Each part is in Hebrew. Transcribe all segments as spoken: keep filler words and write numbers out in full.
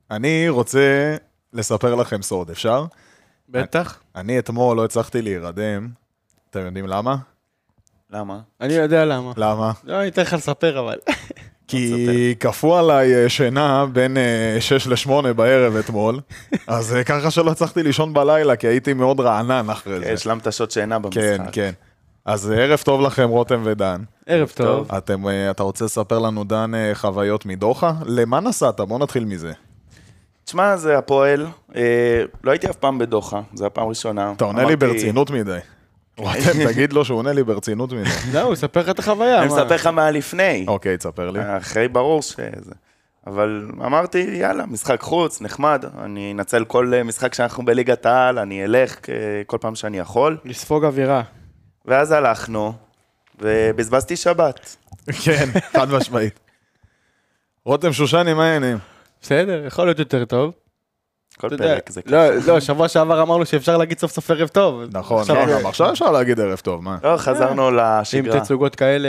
אני רוצה לספר לכם סוד, אפשר? בטח. אני אתמול לא הצלחתי להירדם. אתם יודעים למה? למה? אני יודע למה. למה? לא, אני אתן לך לספר, אבל... כי כפו עליי שינה בין שש לשמונה בערב אתמול, אז ככה שלא הצלחתי לישון בלילה, כי הייתי מאוד רענן אחרי זה. השלמת שעות שינה במשחק. כן, כן. אז ערב טוב לכם, רותם ודן. ערב טוב. אתם, אתה רוצה לספר לנו, דן, חוויות מדוחה? למה נסעת? בוא נתחיל מזה. תשמע, זה הפועל. אה, לא הייתי אף פעם בדוחה, זו הפעם ראשונה. אתה עונה לי ברצינות מדי. רותם, תגיד לו שהוא עונה לי ברצינות מדי. לא, הוא יספר לך את החוויה. אני מספר לך מה לפני. אוקיי, תספר לי. אחרי ברור שזה. אבל אמרתי, יאללה, משחק חוץ, נחמד. אני אנצל כל משחק שאנחנו בליגת העל, אני אלך כל פעם שאני יכול. לספוג אווירה. ואז הלכנו, ובזבזתי שבת. כן, חד משמעית. רותם שושני, מה העניינים? בסדר, יכול להיות יותר טוב. כל אתה יודע, פרק זה לא, ככה. לא, שבוע שעבר אמרנו שאפשר להגיד סוף סוף ערב טוב. נכון, עכשיו- לא, גם עכשיו אפשר להגיד ערב טוב, מה? לא, חזרנו עם לשגרה. תצוגות כאלה.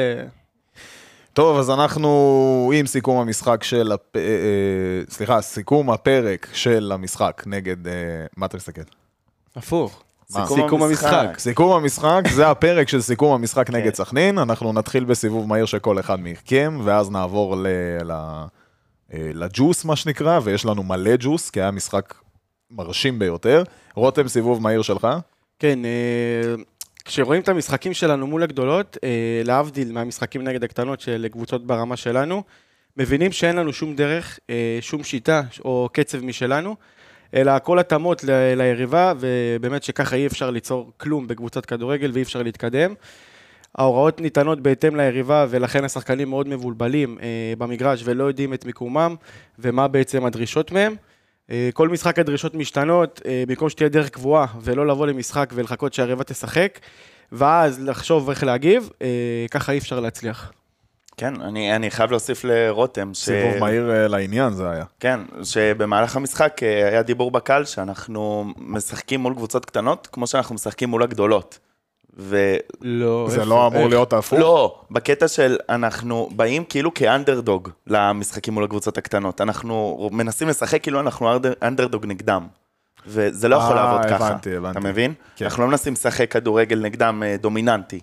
טוב, אז אנחנו עם סיכום המשחק של, הפ... אה, אה, סליחה, סיכום הפרק של המשחק נגד, אה, מה אתה מסתכל? הפוך. מה? סיכום המשחק. סיכום המשחק, זה הפרק של סיכום המשחק נגד כן. סכנין, אנחנו נתחיל בסיבוב מהיר של כל אחד מכם, ואז נעבור ל... ל... אה, לג'וס, מה שנקרא, ויש לנו מלא ג'וס, כי היה משחק מרשים ביותר. רותם, סיבוב מהיר שלך? כן, אה, כשרואים את המשחקים שלנו מול הגדולות, אה, להבדיל מהמשחקים נגד הקטנות של קבוצות ברמה שלנו, מבינים שאין לנו שום דרך, אה, שום שיטה או קצב משלנו, אלא הכל התאמות ל- ליריבה, ובאמת שככה אי אפשר ליצור כלום בקבוצת כדורגל ואי אפשר להתקדם. ההוראות ניתנות בהתאם ליריבה, ולכן השחקנים מאוד מבולבלים אה, במגרש ולא יודעים את מיקומם ומה בעצם הדרישות מהם. אה, כל משחק הדרישות משתנות, אה, במקום שתהיה דרך קבועה ולא לבוא למשחק ולחכות שהיריבה תשחק, ואז לחשוב איך להגיב, אה, ככה אי אפשר להצליח. כן, אני, אני חייב להוסיף לרותם. ש... סיבוב מהיר אה, לעניין זה היה. כן, שבמהלך המשחק אה, היה דיבור בקל שאנחנו משחקים מול קבוצות קטנות, כמו שאנחנו משחקים מול הגדולות. ו... לא, זה לא אמור להיות הפוך? לא, בקטע של אנחנו באים כאילו כאנדרדוג למשחקים מול הקבוצות הקטנות. אנחנו מנסים לשחק כאילו אנחנו אנדרדוג נגדם. וזה לא יכול אה, לעבוד ככה. הבנתי, הבנתי. אתה מבין? כן. אנחנו לא מנסים לשחק כדורגל נגדם אה, דומיננטי.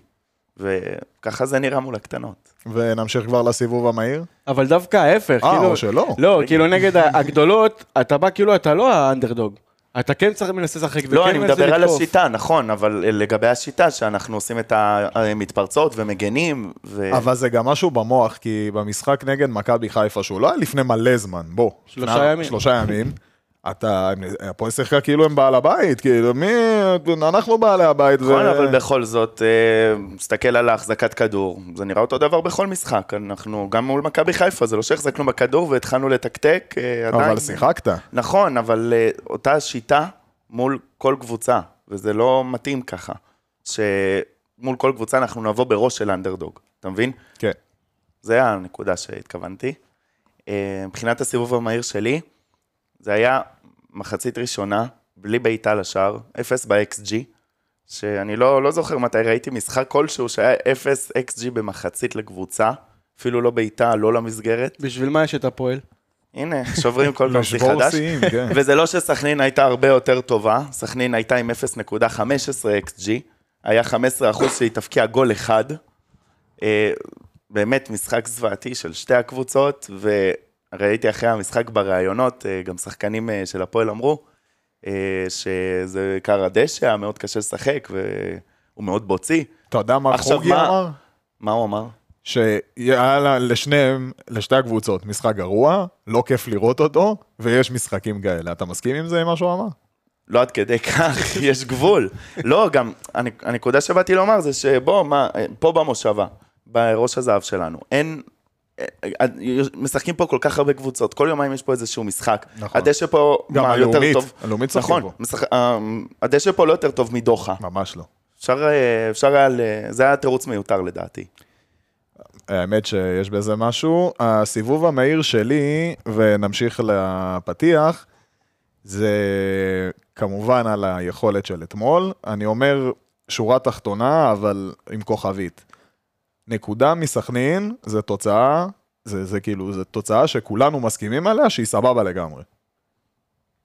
וככה זה נראה מול הקטנות. ונמשיך כבר לסיבוב המהיר? אבל דווקא ההפך, אה, כאילו... או שלא. לא, כאילו נגד הגדולות, אתה בא כאילו אתה לא האנדרדוג. אתה כן צריך מנסה לשחק וכן לא, אני מנסה מדבר על לתקוף. השיטה, נכון, אבל לגבי השיטה שאנחנו עושים את המתפרצות ומגנים, ו... אבל זה גם משהו במוח, כי במשחק נגד מכבי חיפה, שהוא לא היה לפני מלא זמן, בוא. שלושה לפני- ימים. שלושה ימים. אתה, הפועל שיחקה כאילו הם בעל הבית, כאילו מי, אנחנו בעלי הבית. נכון, אבל בכל זאת, אה, מסתכל על ההחזקת כדור, זה נראה אותו דבר בכל משחק, אנחנו גם מול מכבי חיפה, זה לא שהחזקנו בכדור והתחלנו לתקתק, אה, עדיין. אבל שיחקת. נכון, אבל אה, אותה שיטה מול כל קבוצה, וזה לא מתאים ככה, שמול כל קבוצה אנחנו נבוא בראש של אנדרדוג, אתה מבין? כן. זה הנקודה שהתכוונתי. אה, מבחינת הסיבוב המהיר שלי, זה היה מחצית ראשונה, בלי בעיטה לשער, אפס ב-אקס ג'י, שאני לא, לא זוכר מתי ראיתי משחק כלשהו שהיה אפס אקס ג'י במחצית לקבוצה, אפילו לא בעיטה, לא למסגרת. בשביל מה יש את הפועל? הנה, שוברים כל פעם שיא לשבור חדש. שיאים, כן. וזה לא שסכנין הייתה הרבה יותר טובה, סכנין הייתה עם אפס נקודה חמש עשרה אקס ג'י, היה חמישה עשר אחוז שהיא תפקיע גול אחד, אה, באמת משחק זוועתי של שתי הקבוצות, וראיתי אחרי המשחק בראיונות, אה, גם שחקנים אה, של הפועל אמרו, אה, שזה קר הדשא, היה מאוד קשה לשחק, והוא מאוד בוצי. אתה יודע מה עכשיו, חוגי מה- אמר? מה הוא אמר? שהיה לה- לשניהם, לשתי הקבוצות, משחק גרוע, לא כיף לראות אותו, ויש משחקים כאלה. אתה מסכים עם זה, עם מה שהוא אמר? לא עד כדי כך, יש גבול. לא, גם, הנקודה שבאתי לומר זה שבוא, מה, פה במושבה, בראש הזהב שלנו, אין, משחקים פה כל כך הרבה קבוצות, כל יומיים יש פה איזשהו משחק. נכון. הדשא פה, גם מה, יותר הלאומית, טוב. הלאומית שחקים נכון, פה. משחק, הדשא פה לא יותר טוב מדוחה. ממש לא. אפשר, אפשר היה, ל- זה היה תירוץ מיותר לדעתי. האמת שיש בזה משהו. הסיבוב המהיר שלי, ונמשיך לפתיח, זה כמובן על היכולת של אתמול. אני אומר שורה תחתונה, אבל עם כוכבית. נקודה מסכנין, זה תוצאה, זה, זה כאילו, זה תוצאה שכולנו מסכימים עליה, שהיא סבבה לגמרי.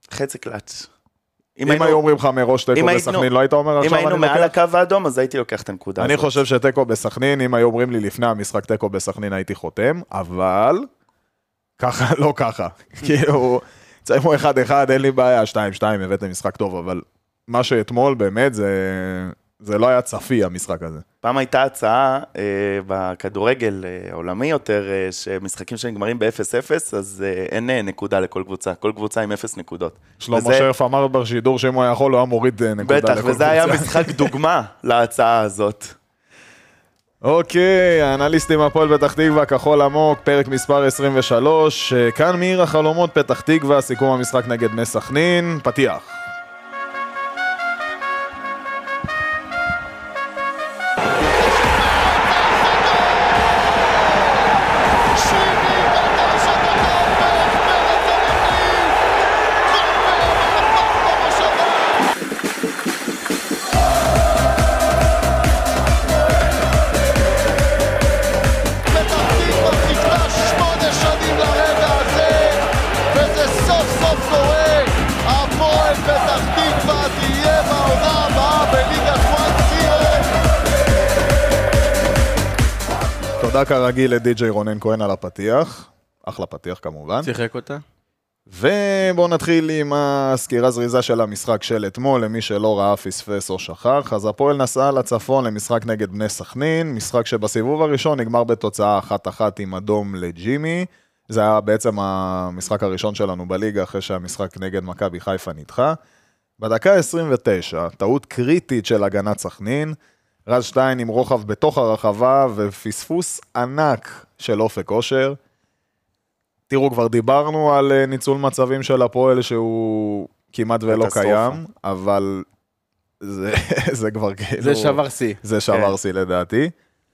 חצי קלאץ'. אם היו אומרים לך מראש תיקו בסכנין, לא היית אומר עכשיו אני לוקח? אם היינו מעל הקו האדום, אז הייתי לוקח את הנקודה הזאת. אני חושב שתיקו בסכנין, אם היו אומרים לי לפני המשחק תיקו בסכנין, הייתי חותם, אבל ככה, לא ככה. כאילו, ציימו אחד אחד, אין לי בעיה, שתיים שתיים, הבאתם משחק טוב, אבל מה שאתמול באמת זה... זה לא היה צפי, המשחק הזה. פעם הייתה הצעה אה, בכדורגל אה, עולמי יותר, אה, שמשחקים שנגמרים ב-אפס אפס, אז אה, אין אה, נקודה לכל קבוצה. כל קבוצה עם אפס נקודות. שלמה וזה... שרף אמר בשידור שאם הוא יכול, הוא היה מוריד נקודה בטח, לכל קבוצה. בטח, וזה היה משחק דוגמה להצעה הזאת. אוקיי, האנליסטים הפועל פתח תקווה, כחול עמוק, פרק מספר עשרים ושלוש. כאן מעיר החלומות פתח תקווה, סיכום המשחק נגד בני סכנין, פתיח. תודה כרגיל לדי-ג'יי רונן כהן על הפתיח, אחלה פתיח כמובן. שיחק אותה. ובואו נתחיל עם הסקירה זריזה של המשחק של אתמול, למי שלא ראה, פספס או שכח. אז הפועל נסעה לצפון למשחק נגד בני סכנין, משחק שבסיבוב הראשון נגמר בתוצאה אחת אחת עם אדום לג'ימי. זה היה בעצם המשחק הראשון שלנו בליגה, אחרי שהמשחק נגד מכבי חיפה נדחה. בדקה עשרים ותשע, טעות קריטית של הגנת סכנין, רז שטיין עם רוחב בתוך הרחבה ופספוס ענק של אופק אושר. תראו, כבר דיברנו על ניצול מצבים של הפועל שהוא כמעט ולא קיים, אבל זה, זה כבר כאילו... זה שבר סי. זה שבר סי לדעתי.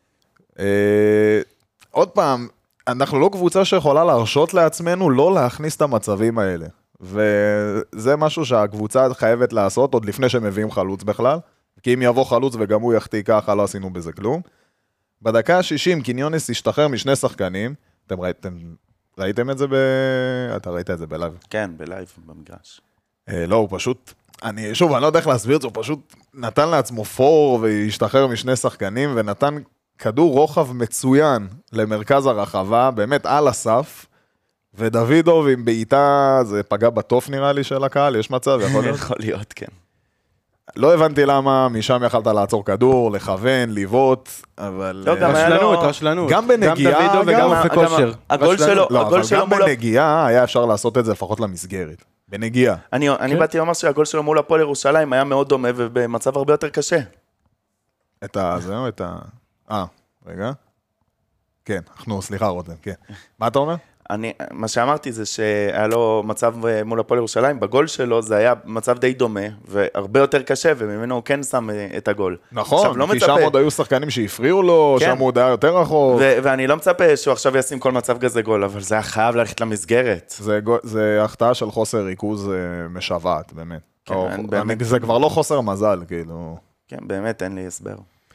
אה, עוד פעם, אנחנו לא קבוצה שיכולה להרשות לעצמנו לא להכניס את המצבים האלה. וזה משהו שהקבוצה חייבת לעשות עוד לפני שמביאים חלוץ בכלל. כי אם יבוא חלוץ וגם הוא יחטיא ככה, לא עשינו בזה כלום. בדקה ה-שישים, קיניונס השתחרר משני שחקנים. אתם ראיתם, ראיתם את זה ב... אתה ראית את זה בלייב? כן, בלייב, במגרש. אה, לא, הוא פשוט... אני, שוב, אני לא יודע איך להסביר את זה, הוא פשוט נתן לעצמו פור והשתחרר משני שחקנים, ונתן כדור רוחב מצוין למרכז הרחבה, באמת על הסף, ודוידוב עם בעיטה, זה פגע בטוף נראה לי של הקהל, יש מצב, יכול להיות? יכול להיות, כן. לא הבנתי למה, משם יכלת לעצור כדור, לכוון, ליוות, אבל... לא, גם רשלנות, רשלנות. גם בנגיעה, גם דוידוב וגם אופק אושר. הגול שלו, לא, הגול אבל שלו גם מול... בנגיעה היה אפשר לעשות את זה לפחות למסגרת. בנגיעה. אני, אני באתי לומר שהגול שלו מול הפועל ירושלים היה מאוד דומה ובמצב הרבה יותר קשה. את ה... זהו, את ה... אה, רגע. כן, אנחנו, סליחה רותם, כן. מה אתה אומר? אני, מה שאמרתי זה שהיה לו מצב מול הפועל ירושלים, בגול שלו זה היה מצב די דומה, והרבה יותר קשה, וממנו הוא כן שם את הגול. נכון, לא כי מצפה... שם עוד היו שחקנים שהפריעו לו, כן. שם הוא עוד היה יותר רחוק. ו- ואני לא מצפה שהוא עכשיו ישים כל מצב כזה גול, אבל זה היה חייב ללכת למסגרת. זה, זה החטאה של חוסר ריכוז משוועת, באמת. כן, או, באמת. זה כבר לא חוסר מזל, כאילו. כן, באמת, אין לי הסבר.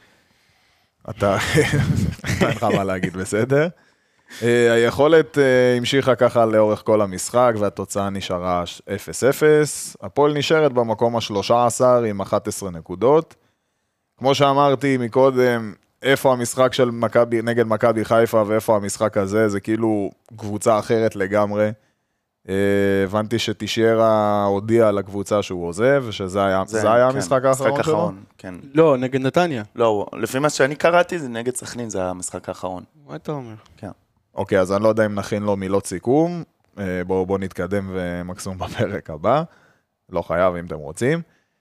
אתה, אתה אין לך מה להגיד, בסדר? היכולת המשיכה ככה לאורך כל המשחק, והתוצאה נשארה אפס אפס. הפועל נשארת במקום ה-שלוש עשרה עם אחת עשרה נקודות. כמו שאמרתי מקודם, איפה המשחק של מכבי, נגד מכבי חיפה, ואיפה המשחק הזה, זה כאילו קבוצה אחרת לגמרי. הבנתי שתשיירה הודיע לקבוצה שהוא עוזב, ושזה היה, זה, זה היה כן, המשחק האחרון שלו? כן. לא, נגד נתניה. לא, לפי מה שאני קראתי, זה נגד סכנין, זה המשחק האחרון. מה אתה אומר? כן. אוקיי, אז אני לא יודע אם נכין לו מילות סיכום, בואו בוא נתקדם ומקסימום בפרק הבא, לא חייב אם אתם רוצים.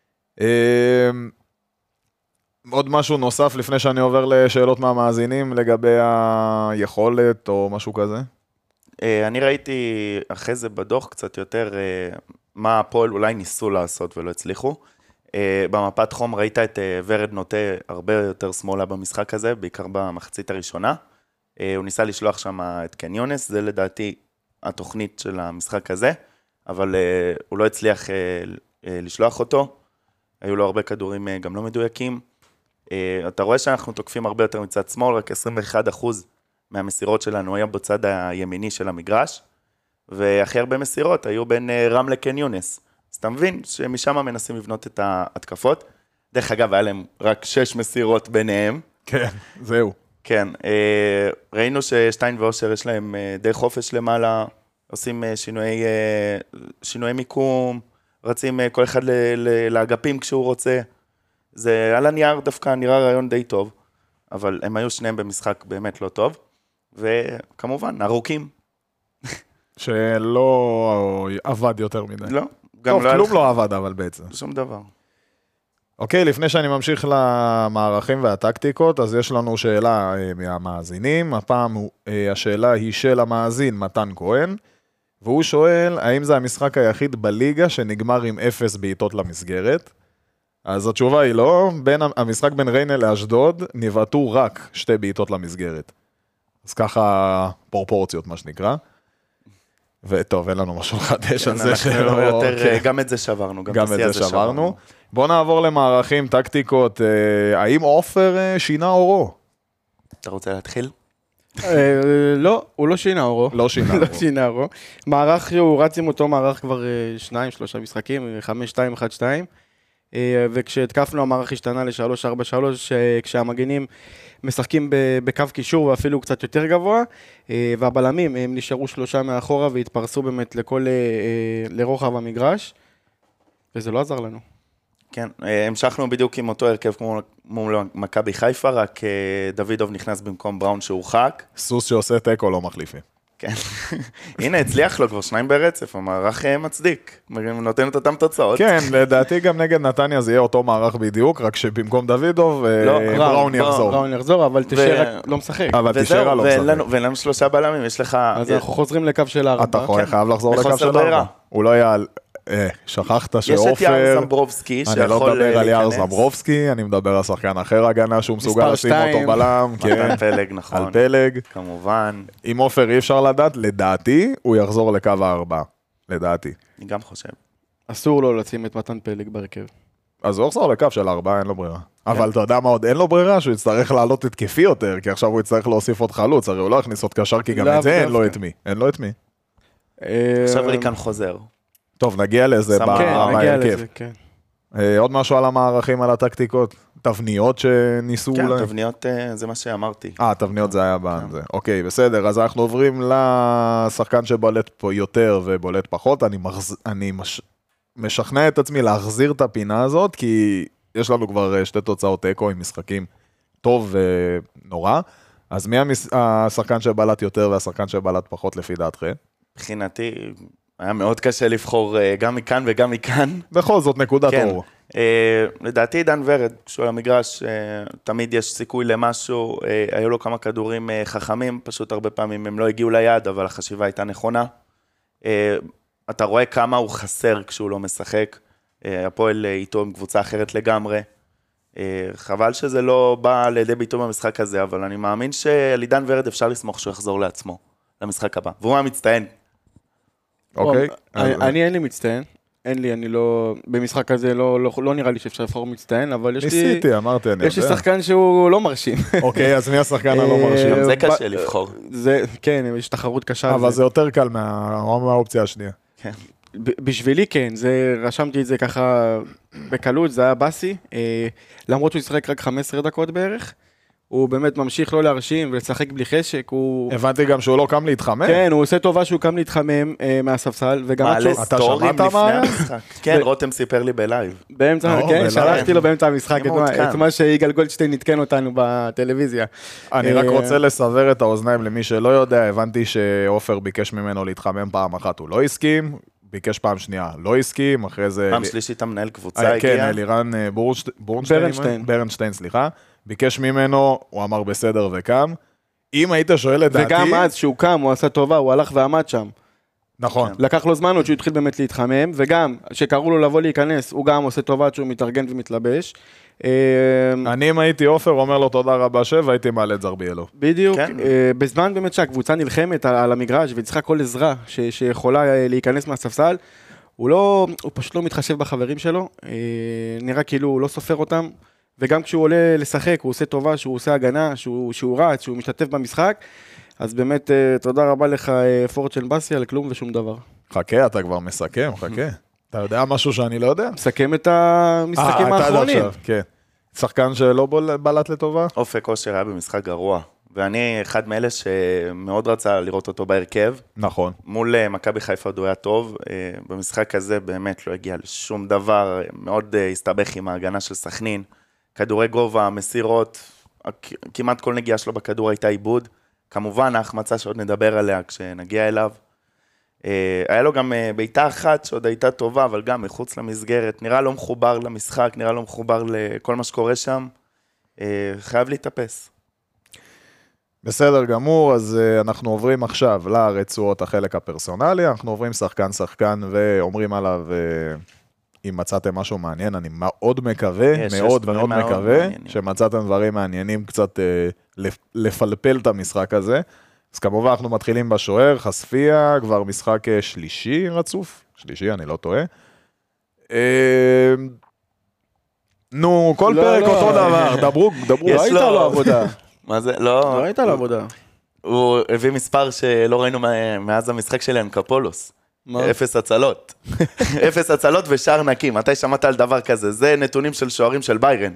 עוד משהו נוסף לפני שאני עובר לשאלות מהמאזינים לגבי היכולת או משהו כזה? אני ראיתי אחרי זה בדוח קצת יותר מה הפועל אולי ניסו לעשות ולא הצליחו. במפת חום ראית את ורד נוטה הרבה יותר שמאלה במשחק הזה, בעיקר במחצית הראשונה. הוא ניסה לשלוח שם את קניונס, זה לדעתי התוכנית של המשחק הזה, אבל הוא לא הצליח לשלוח אותו. היו לו הרבה כדורים גם לא מדויקים. אתה רואה שאנחנו תוקפים הרבה יותר מצד שמאל, רק עשרים ואחד אחוז מהמסירות שלנו היה בצד הימיני של המגרש, והכי הרבה מסירות היו בין רם לקניונס. אתה מבין שמשם מנסים לבנות את ההתקפות. דרך אגב, היה להם רק שש מסירות ביניהם. כן, זהו. כן, ראינו ששטיין ואושר יש להם די חופש למעלה, עושים שינויי, שינויי מיקום, רצים כל אחד לאגפים כשהוא רוצה. זה על הנייר דווקא נראה רעיון די טוב, אבל הם היו שניהם במשחק באמת לא טוב, וכמובן, ארוכים. שלא עבד יותר מדי. לא, גם טוב, לא כלום הלך... לא עבד אבל בעצם. שום דבר. אוקיי, לפני שאני ממשיך למערכים והטקטיקות, אז יש לנו שאלה מהמאזינים. הפעם השאלה היא של המאזין מתן כהן, והוא שואל, האם זה המשחק היחיד בליגה שנגמר עם אפס בעיטות למסגרת? אז התשובה היא לא, בין, המשחק בין ריינה לאשדוד נבעטו רק שתי בעיטות למסגרת. אז ככה פרופורציות מה שנקרא. וטוב, אין לנו משהו חדש על זה שלא... יותר, גם את זה שברנו, גם את זה שברנו. בואו נעבור למערכים, טקטיקות. האם עופר שינה אורו? אתה רוצה להתחיל? לא, הוא לא שינה אורו. לא שינה אורו. לא שינה אורו. מערך, הוא רץ עם אותו מערך כבר שניים, שלושה משחקים, חמש, שתיים, אחד, שתיים. וכשהתקפנו המערך השתנה ל-שלוש ארבע שלוש, כשהמגנים משחקים בקו קישור ואפילו קצת יותר גבוה, והבלמים הם נשארו שלושה מאחורה והתפרסו באמת לכל, לרוחב המגרש, וזה לא עזר לנו. כן, המשכנו בדיוק עם אותו הרכב כמו מול מכבי חיפה, רק דוידוב נכנס במקום בראון שהורחק. סוס שעושה טקו לא מחליפי. כן, הנה, הצליח לו כבר שניים ברצף, המערך מצדיק, נותן את אותם תוצאות. כן, לדעתי גם נגד נתניה זה יהיה אותו מערך בדיוק, רק שבמקום דוידוב, בראון יחזור. בראון יחזור, אבל תשאר לא משחק. אבל תשאר לא משחק. ואין לנו שלושה בלמים, יש לך... אז אנחנו חוזרים לקו של ארבע. אתה חייב לחזור לקו של ארבע. הוא לא היה... שכחת שאופר... יש את יאר זמברובסקי שיכול להיכנס. אני לא מדבר על יאר להיכנס. זמברובסקי, אני מדבר על שחקן אחר הגנה שהוא מסוגל לשים אותו בלם. מתן פלג, נכון. על פלג. כמובן. אם אופר אי אפשר לדעת, לדעתי, הוא יחזור לקו הארבע. לדעתי. אני גם חושב. אסור לו לשים את מתן פלג בהרכב. אז הוא יחזור לקו של ארבע, אין לו ברירה. אבל אתה יודע מה עוד אין לו ברירה? שהוא יצטרך לעלות התקפי יותר, כי עכשיו הוא יצטרך להוסיף עוד חלוץ, הרי הוא לא יכניס עוד קשר, כי גם את זה אין לו את מי. אין לו את מי. עכשיו ריקן חוזר. טוב, נגיע לזה בהרכב. כן. עוד משהו על המערכים, על הטקטיקות? תבניות שניסו... כן, תבניות זה מה שאמרתי. אה, תבניות זה היה בזה. אוקיי, בסדר. אז אנחנו עוברים לשחקן שבולט פה יותר ובולט פחות. אני משכנע את עצמי להחזיר את הפינה הזאת, כי יש לנו כבר שתי תוצאות אקו עם משחקים טוב ונורא. אז מי השחקן שבלט יותר והשחקן שבלט פחות לפי דעתכם? מבחינתי... היה מאוד קשה לבחור גם מכאן וגם מכאן. בכל זאת נקודת כן. אור. לדעתי דן ורד, כשהוא למגרש, תמיד יש סיכוי למשהו, היו לו כמה כדורים חכמים, פשוט הרבה פעמים הם לא הגיעו ליד, אבל החשיבה הייתה נכונה. אתה רואה כמה הוא חסר כשהוא לא משחק, הפועל איתו עם קבוצה אחרת לגמרי. חבל שזה לא בא לידי ביטוי במשחק הזה, אבל אני מאמין שלדן ורד אפשר לסמוך שהוא יחזור לעצמו, למשחק הבא. והוא המצטיין. אוקיי. אני אין לי מצטיין, אין לי, אני לא, במשחק הזה לא נראה לי שאפשר לבחור מצטיין, אבל יש לי... ניסיתי, אמרתי, אני יודע. יש לי שחקן שהוא לא מרשים. אוקיי, אז מי השחקן הלא מרשים? זה קשה לבחור. כן, יש תחרות קשה. אבל זה יותר קל מהאופציה השנייה. כן. בשבילי כן, רשמתי את זה ככה בקלות, זה היה בסי, למרות שהוא ישחק רק חמש עשרה דקות בערך. הוא באמת ממשיך לא להרשים ולשחק בלי חשק, הוא... הבנתי גם שהוא לא קם להתחמם? כן, הוא עושה טובה שהוא קם להתחמם אה, מהספסל, וגם... מעלה סטורים לפני המשחק. כן, רותם סיפר לי בלייב. באמצע, כן, שלחתי לו באמצע המשחק את מה שיגאל גולדשטיין נתקן אותנו בטלוויזיה. אני רק רוצה לסבר את האוזניים למי שלא יודע, הבנתי שאופר ביקש ממנו להתחמם פעם אחת, הוא לא הסכים, ביקש פעם שנייה, לא הסכים, אחרי זה... פעם שלישית המנהל קבוצה הגיע. כן, אלירן ברנשטיין, ברנשטיין, סליחה. ביקש ממנו, הוא אמר בסדר וקם. אם היית שואל את דעתי... וגם אז שהוא קם, הוא עשה טובה, הוא הלך ועמד שם. נכון. לקח לו זמן עוד שהוא התחיל באמת להתחמם, וגם שקראו לו לבוא להיכנס, הוא גם עושה טובה שהוא מתארגן ומתלבש. אני אם הייתי אופר, אומר לו תודה רבה שב, הייתי מעלה את זרביאלו. בדיוק. בזמן באמת שהקבוצה נלחמת על המגרש, וצריכה כל עזרה שיכולה להיכנס מהספסל, הוא לא, הוא פשוט לא מתחשב בחברים שלו, נראה כאילו הוא לא סופר אותם. וגם כשהוא עולה לשחק, הוא עושה טובה, שהוא עושה הגנה, שהוא, שהוא רץ, שהוא משתתף במשחק, אז באמת תודה רבה לך פורט של בסי על כלום ושום דבר. חכה, אתה כבר מסכם, חכה. אתה יודע משהו שאני לא יודע? מסכם את המשחקים אה, אתה עד האחרונים. עכשיו, כן. שחקן שלא בול- בלט לטובה? אופק אושר היה במשחק גרוע, ואני אחד מאלה שמאוד רצה לראות אותו בהרכב. נכון. מול אה, מכבי חיפה הוא היה טוב, אה, במשחק הזה באמת לא הגיע לשום דבר, אה, מאוד אה, הסתבך עם ההגנה של סכנין, כדורי גובה, מסירות, הכ- כמעט כל נגיעה שלו בכדור הייתה עיבוד, כמובן ההחמצה שעוד נדבר עליה כשנגיע אליו. אה, היה לו גם אה, בעיטה אחת שעוד הייתה טובה, אבל גם מחוץ למסגרת, נראה לא מחובר למשחק, נראה לא מחובר לכל מה שקורה שם, אה, חייב להתאפס. בסדר גמור, אז uh, אנחנו עוברים עכשיו לרצועות החלק הפרסונלי, אנחנו עוברים שחקן שחקן ואומרים עליו, uh, אם מצאתם משהו מעניין, אני מאוד מקווה, יש, יש מאוד דברים מאוד מאוד מקווה, מעניינים. שמצאתם דברים מעניינים קצת uh, לפ- לפלפל את המשחק הזה. אז כמובן אנחנו מתחילים בשוער, חשפיה, כבר משחק uh, שלישי רצוף, שלישי, אני לא טועה. Uh, נו, כל לא, פרק לא. אותו דבר, דברו, דברו. יש לא היית לו- לו עבודה. מה זה? לא, לא היית לו עבודה. הוא הביא מספר שלא ראינו מה- מאז המשחק של אנקפולוס. מה? אפס הצלות. אפס הצלות ושער נקי. מתי שמעת על דבר כזה? זה נתונים של שוערים של ביירן.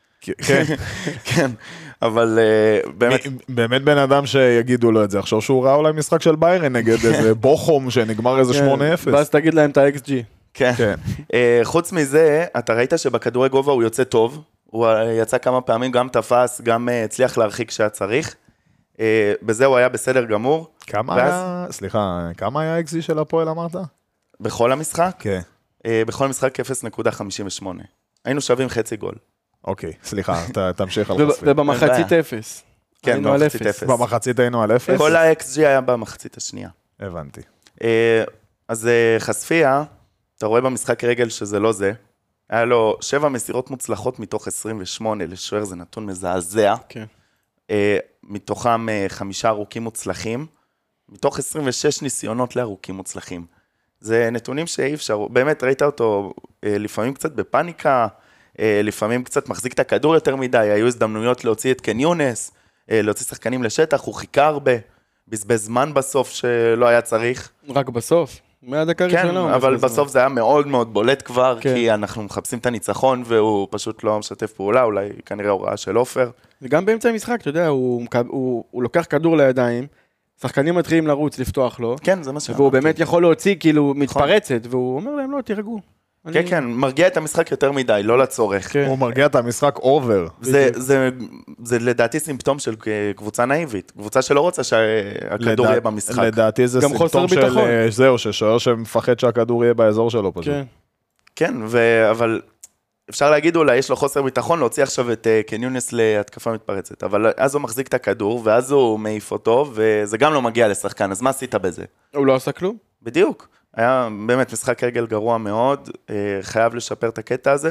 כן. כן, אבל אה, באמת, מ- באמת בן אדם שיגידו לו את זה, עכשיו שהוא ראה אולי משחק של ביירן נגד איזה בוחום שנגמר איזה שמונה אפס. ואז תגיד להם את ה-אקס ג'י. כן. כן. אה, חוץ מזה, אתה ראית שבכדורי גובה הוא יוצא טוב. הוא אה, יצא כמה פעמים, גם תפס, גם אה, הצליח להרחיק שהיה צריך. אה, בזה הוא היה בסדר גמור. כמה ואז- היה, סליחה, כמה היה האקסי של הפועל אמרת? בכל המשחק, כן. אה, בכל משחק אפס נקודה חמישים ושמונה. היינו שווים חצי גול. אוקיי, סליחה, ת- תמשיך על וב- חשפי. ובמחצית אפס. כן, היינו על במחצית אפס. אפס. במחצית היינו על אפס? כל ה-אקס ג'י היה במחצית השנייה. הבנתי. אה, אז אה, חשפיה, אתה רואה במשחק רגל שזה לא זה. היה לו שבע מסירות מוצלחות מתוך עשרים ושמונה, לשוער זה נתון מזעזע. כן. אה, מתוכם אה, חמישה ארוכים מוצלחים, מתוך עשרים ושש ניסיונות לארוכים מוצלחים. זה נתונים שאי אפשר, באמת ראית אותו אה, לפעמים קצת בפאניקה, אה, לפעמים קצת מחזיק את הכדור יותר מדי, היו הזדמנויות להוציא את קן יונס, אה, להוציא שחקנים לשטח, הוא חיכה הרבה, בזבז זמן בסוף שלא היה צריך. רק בסוף. מהדקה כן, הראשונה. הוא אבל מבזבז בסוף זה היה מאוד מאוד בולט כבר, כן. כי אנחנו מחפשים את הניצחון, והוא פשוט לא משתף פעולה, אולי כנראה הוראה של עופר. וגם באמצע המשחק, אתה יודע, הוא, מקב- הוא, הוא לוקח כדור לידיים, שחקנים מתחילים לרוץ, לפתוח לו, כן, זה מה שאמרתי. והוא באמת יכול להוציא כאילו מתפרצת, והוא אומר להם, לא, תירגעו. כן, אני- כן, מרגיע את המשחק יותר מדי, לא לצורך. כן. הוא מרגיע את המשחק אובר. זה, זה, זה לדעתי סימפטום של קבוצה נאיבית, קבוצה שלא רוצה שהכדור לדע- יהיה במשחק. לדעתי זה גם חוסר סימפטום של ביטחון. אה, זהו, ששוער שמפחד שהכדור יהיה באזור שלו פשוט. כן. כן, ו... אבל אפשר להגיד אולי, יש לו חוסר ביטחון להוציא עכשיו את uh, קן יונס להתקפה מתפרצת, אבל אז הוא מחזיק את הכדור, ואז הוא מעיף אותו, וזה גם לא מגיע לשחקן, אז מה עשית בזה? הוא לא עשה כלום? בדיוק. היה באמת משחק רגל גרוע מאוד, uh, חייב לשפר את הקטע הזה,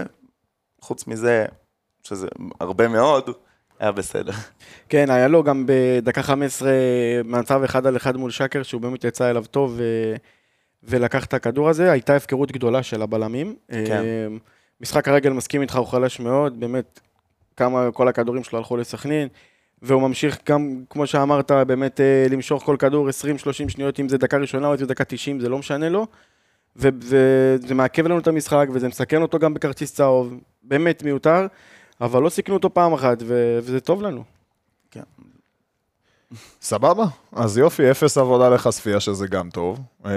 חוץ מזה, שזה הרבה מאוד, היה בסדר. כן, היה לו גם בדקה חמש עשרה מצב אחד על אחד מול שקר, שהוא באמת יצא אליו טוב ו... ולקח את הכדור הזה, הייתה הפקרות גדולה של הבלמים. כן. משחק הרגל מסכים איתך, הוא חלש מאוד, באמת כמה כל הכדורים שלו הלכו לסכנין, והוא ממשיך גם, כמו שאמרת, באמת למשוך כל כדור עשרים שלושים שניות, אם זה דקה ראשונה או אם זה דקה תשעים, זה לא משנה לו, ו- וזה מעכב לנו את המשחק, וזה מסכן אותו גם בכרטיס צהוב, באמת מיותר, אבל לא סיכנו אותו פעם אחת, ו- וזה טוב לנו. כן. סבבה, אז יופי, אפס עבודה לחשפיה שזה גם טוב, אה,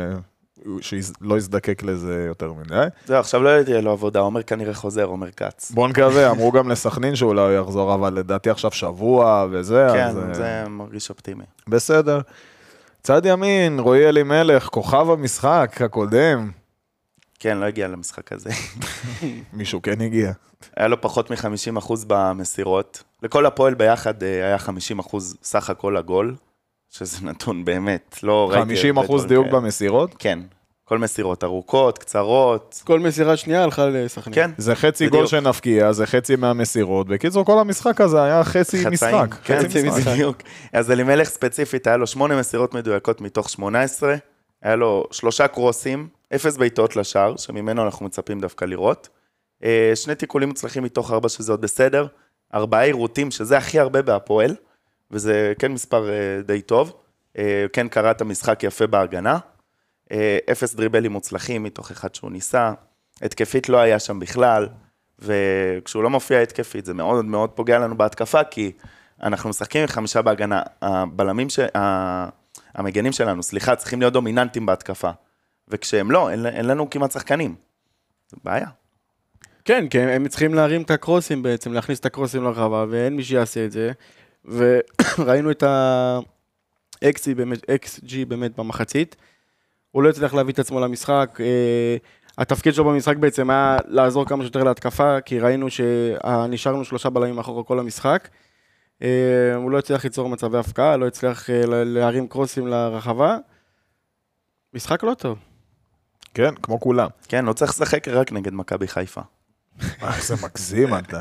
שלא יזדקק לזה יותר מדי. זהו, עכשיו לא תהיה לו עבודה, עומר כנראה חוזר, עומר כץ. בוא נקווה, אמרו גם לסכנין שאולי הוא יחזור, אבל לדעתי עכשיו שבוע וזה, כן, אז... אה, זה מרגיש אופטימי. בסדר. צד ימין, רועי אלימלך, כוכב המשחק הקודם. כן, לא הגיע למשחק הזה. מישהו כן הגיע. היה לו פחות מ-חמישים אחוז במסירות. לכל הפועל ביחד אה, היה חמישים אחוז סך הכל הגול, שזה נתון באמת, לא ראיתי... חמישים הרבה אחוז דברים דיוק כאלה. במסירות? כן, כל מסירות ארוכות, קצרות. כל מסירה שנייה הלכה לסכנין. כן, זה חצי בדיוק. גול שנפקיע, זה חצי מהמסירות. בקיצור, כל המשחק הזה היה חצי חצאים, משחק. כן, חצי משחק. בדיוק. אז אלימלך ספציפית, היה לו שמונה מסירות מדויקות מתוך שמונה עשרה, היה לו שלושה קרוסים, אפס בעיטות לשער, שממנו אנחנו מצפים דווקא לראות. אה, שני תיקולים מוצלחים מתוך ארבע, שזה עוד בסדר. ארבעה עירותים, שזה הכי הרבה בהפועל, וזה כן מספר אה, די טוב. אה, כן קרא את המשחק יפה בהגנה. אפס דריבלים מוצלחים מתוך אחד שהוא ניסה, התקפית לא היה שם בכלל, וכשהוא לא מופיע התקפית, זה מאוד מאוד פוגע לנו בהתקפה, כי אנחנו משחקים עם חמישה בהגנה, הבלמים, ש... המגנים שלנו, סליחה, צריכים להיות דומיננטים בהתקפה, וכשהם לא, אין, אין לנו כמעט שחקנים. זה בעיה. כן, כי הם צריכים להרים את הקרוסים בעצם, להכניס את הקרוסים לרחבה, ואין מי שיעשה את זה, וראינו את ה-אקס ג'י באמת במחצית, הוא לא הצליח להביא את עצמו למשחק, התפקיד שלו במשחק בעצם היה לעזור כמה שיותר להתקפה, כי ראינו שנשארנו שלושה בלמים אחורה כל המשחק, הוא לא הצליח ליצור מצבי הפקעה, לא הצליח להרים קרוסים לרחבה, משחק לא טוב. כן, כמו כולם. כן, לא צריך לשחק רק נגד מכבי חיפה. זה מגזים אתה.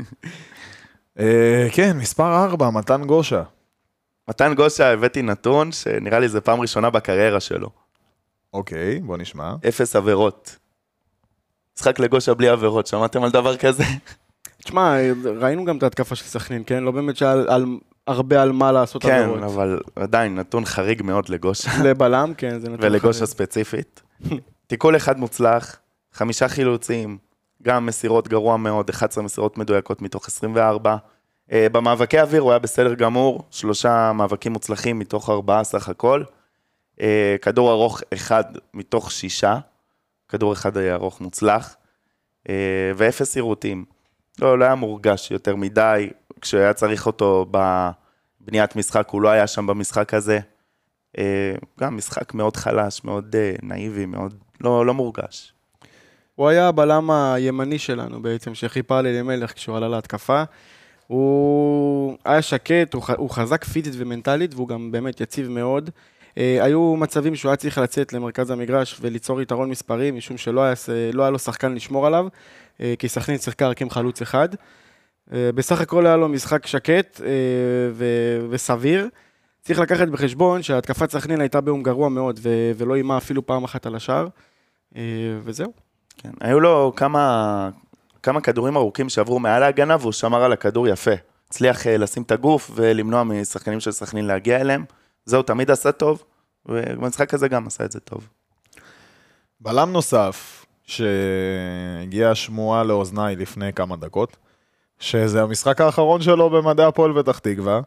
כן, מספר ארבע, מתן גושה. מתן גושה הבאתי נתון, שנראה לי זה פעם ראשונה בקריירה שלו. אוקיי, בוא נשמע. אפס עבירות. משחק לגושה בלי עבירות, שמעתם על דבר כזה? תשמע, ראינו גם את ההתקפה של סכנין, כן? לא באמת שעל על, הרבה על מה לעשות עבירות. כן, אבל עדיין נתון חריג מאוד לגושה. לבלם, כן, זה נתון חריג. ולגושה ספציפית. תיקול אחד מוצלח, חמישה חילוצים, גם מסירות גרוע מאוד, אחת עשרה מסירות מדויקות מתוך עשרים וארבע. במאבקי אוויר הוא היה בסדר גמור, שלושה מאבקים מוצלחים מתוך ארבעה סך הכל. כדור ארוך אחד מתוך שישה, כדור אחד היה ארוך מוצלח, ואפס עירותים. לא, לא היה מורגש יותר מדי, כשהיה צריך אותו בבניית משחק, הוא לא היה שם במשחק הזה. גם משחק מאוד חלש, מאוד נאיבי, מאוד לא, לא מורגש. הוא היה הבלם הימני שלנו בעצם, שחיפה על אלימלך כשהוא עלה להתקפה. הוא היה שקט, הוא, הוא חזק פיזית ומנטלית, והוא גם באמת יציב מאוד. היו מצבים שהוא היה צריך לצאת למרכז המגרש וליצור יתרון מספרי, משום שלא היה, לא היה לו שחקן לשמור עליו, כי סכנין שיחקה רק עם חלוץ אחד. בסך הכל היה לו משחק שקט ו- וסביר. צריך לקחת בחשבון שהתקפת סכנין הייתה באום גרוע מאוד, ו- ולא אימה אפילו פעם אחת על השאר, וזהו. כן, היו לו כמה, כמה כדורים ארוכים שעברו מעל ההגנה, והוא שמר על הכדור יפה. הצליח לשים את הגוף ולמנוע משחקנים של סכנין להגיע אליהם. זהו, תמיד עשה טוב, ובמשחק הזה גם עשה את זה טוב. בלם נוסף, שהגיע שמועה לאוזניי לפני כמה דקות, שזה המשחק האחרון שלו במדעי הפועל פתח תקווה.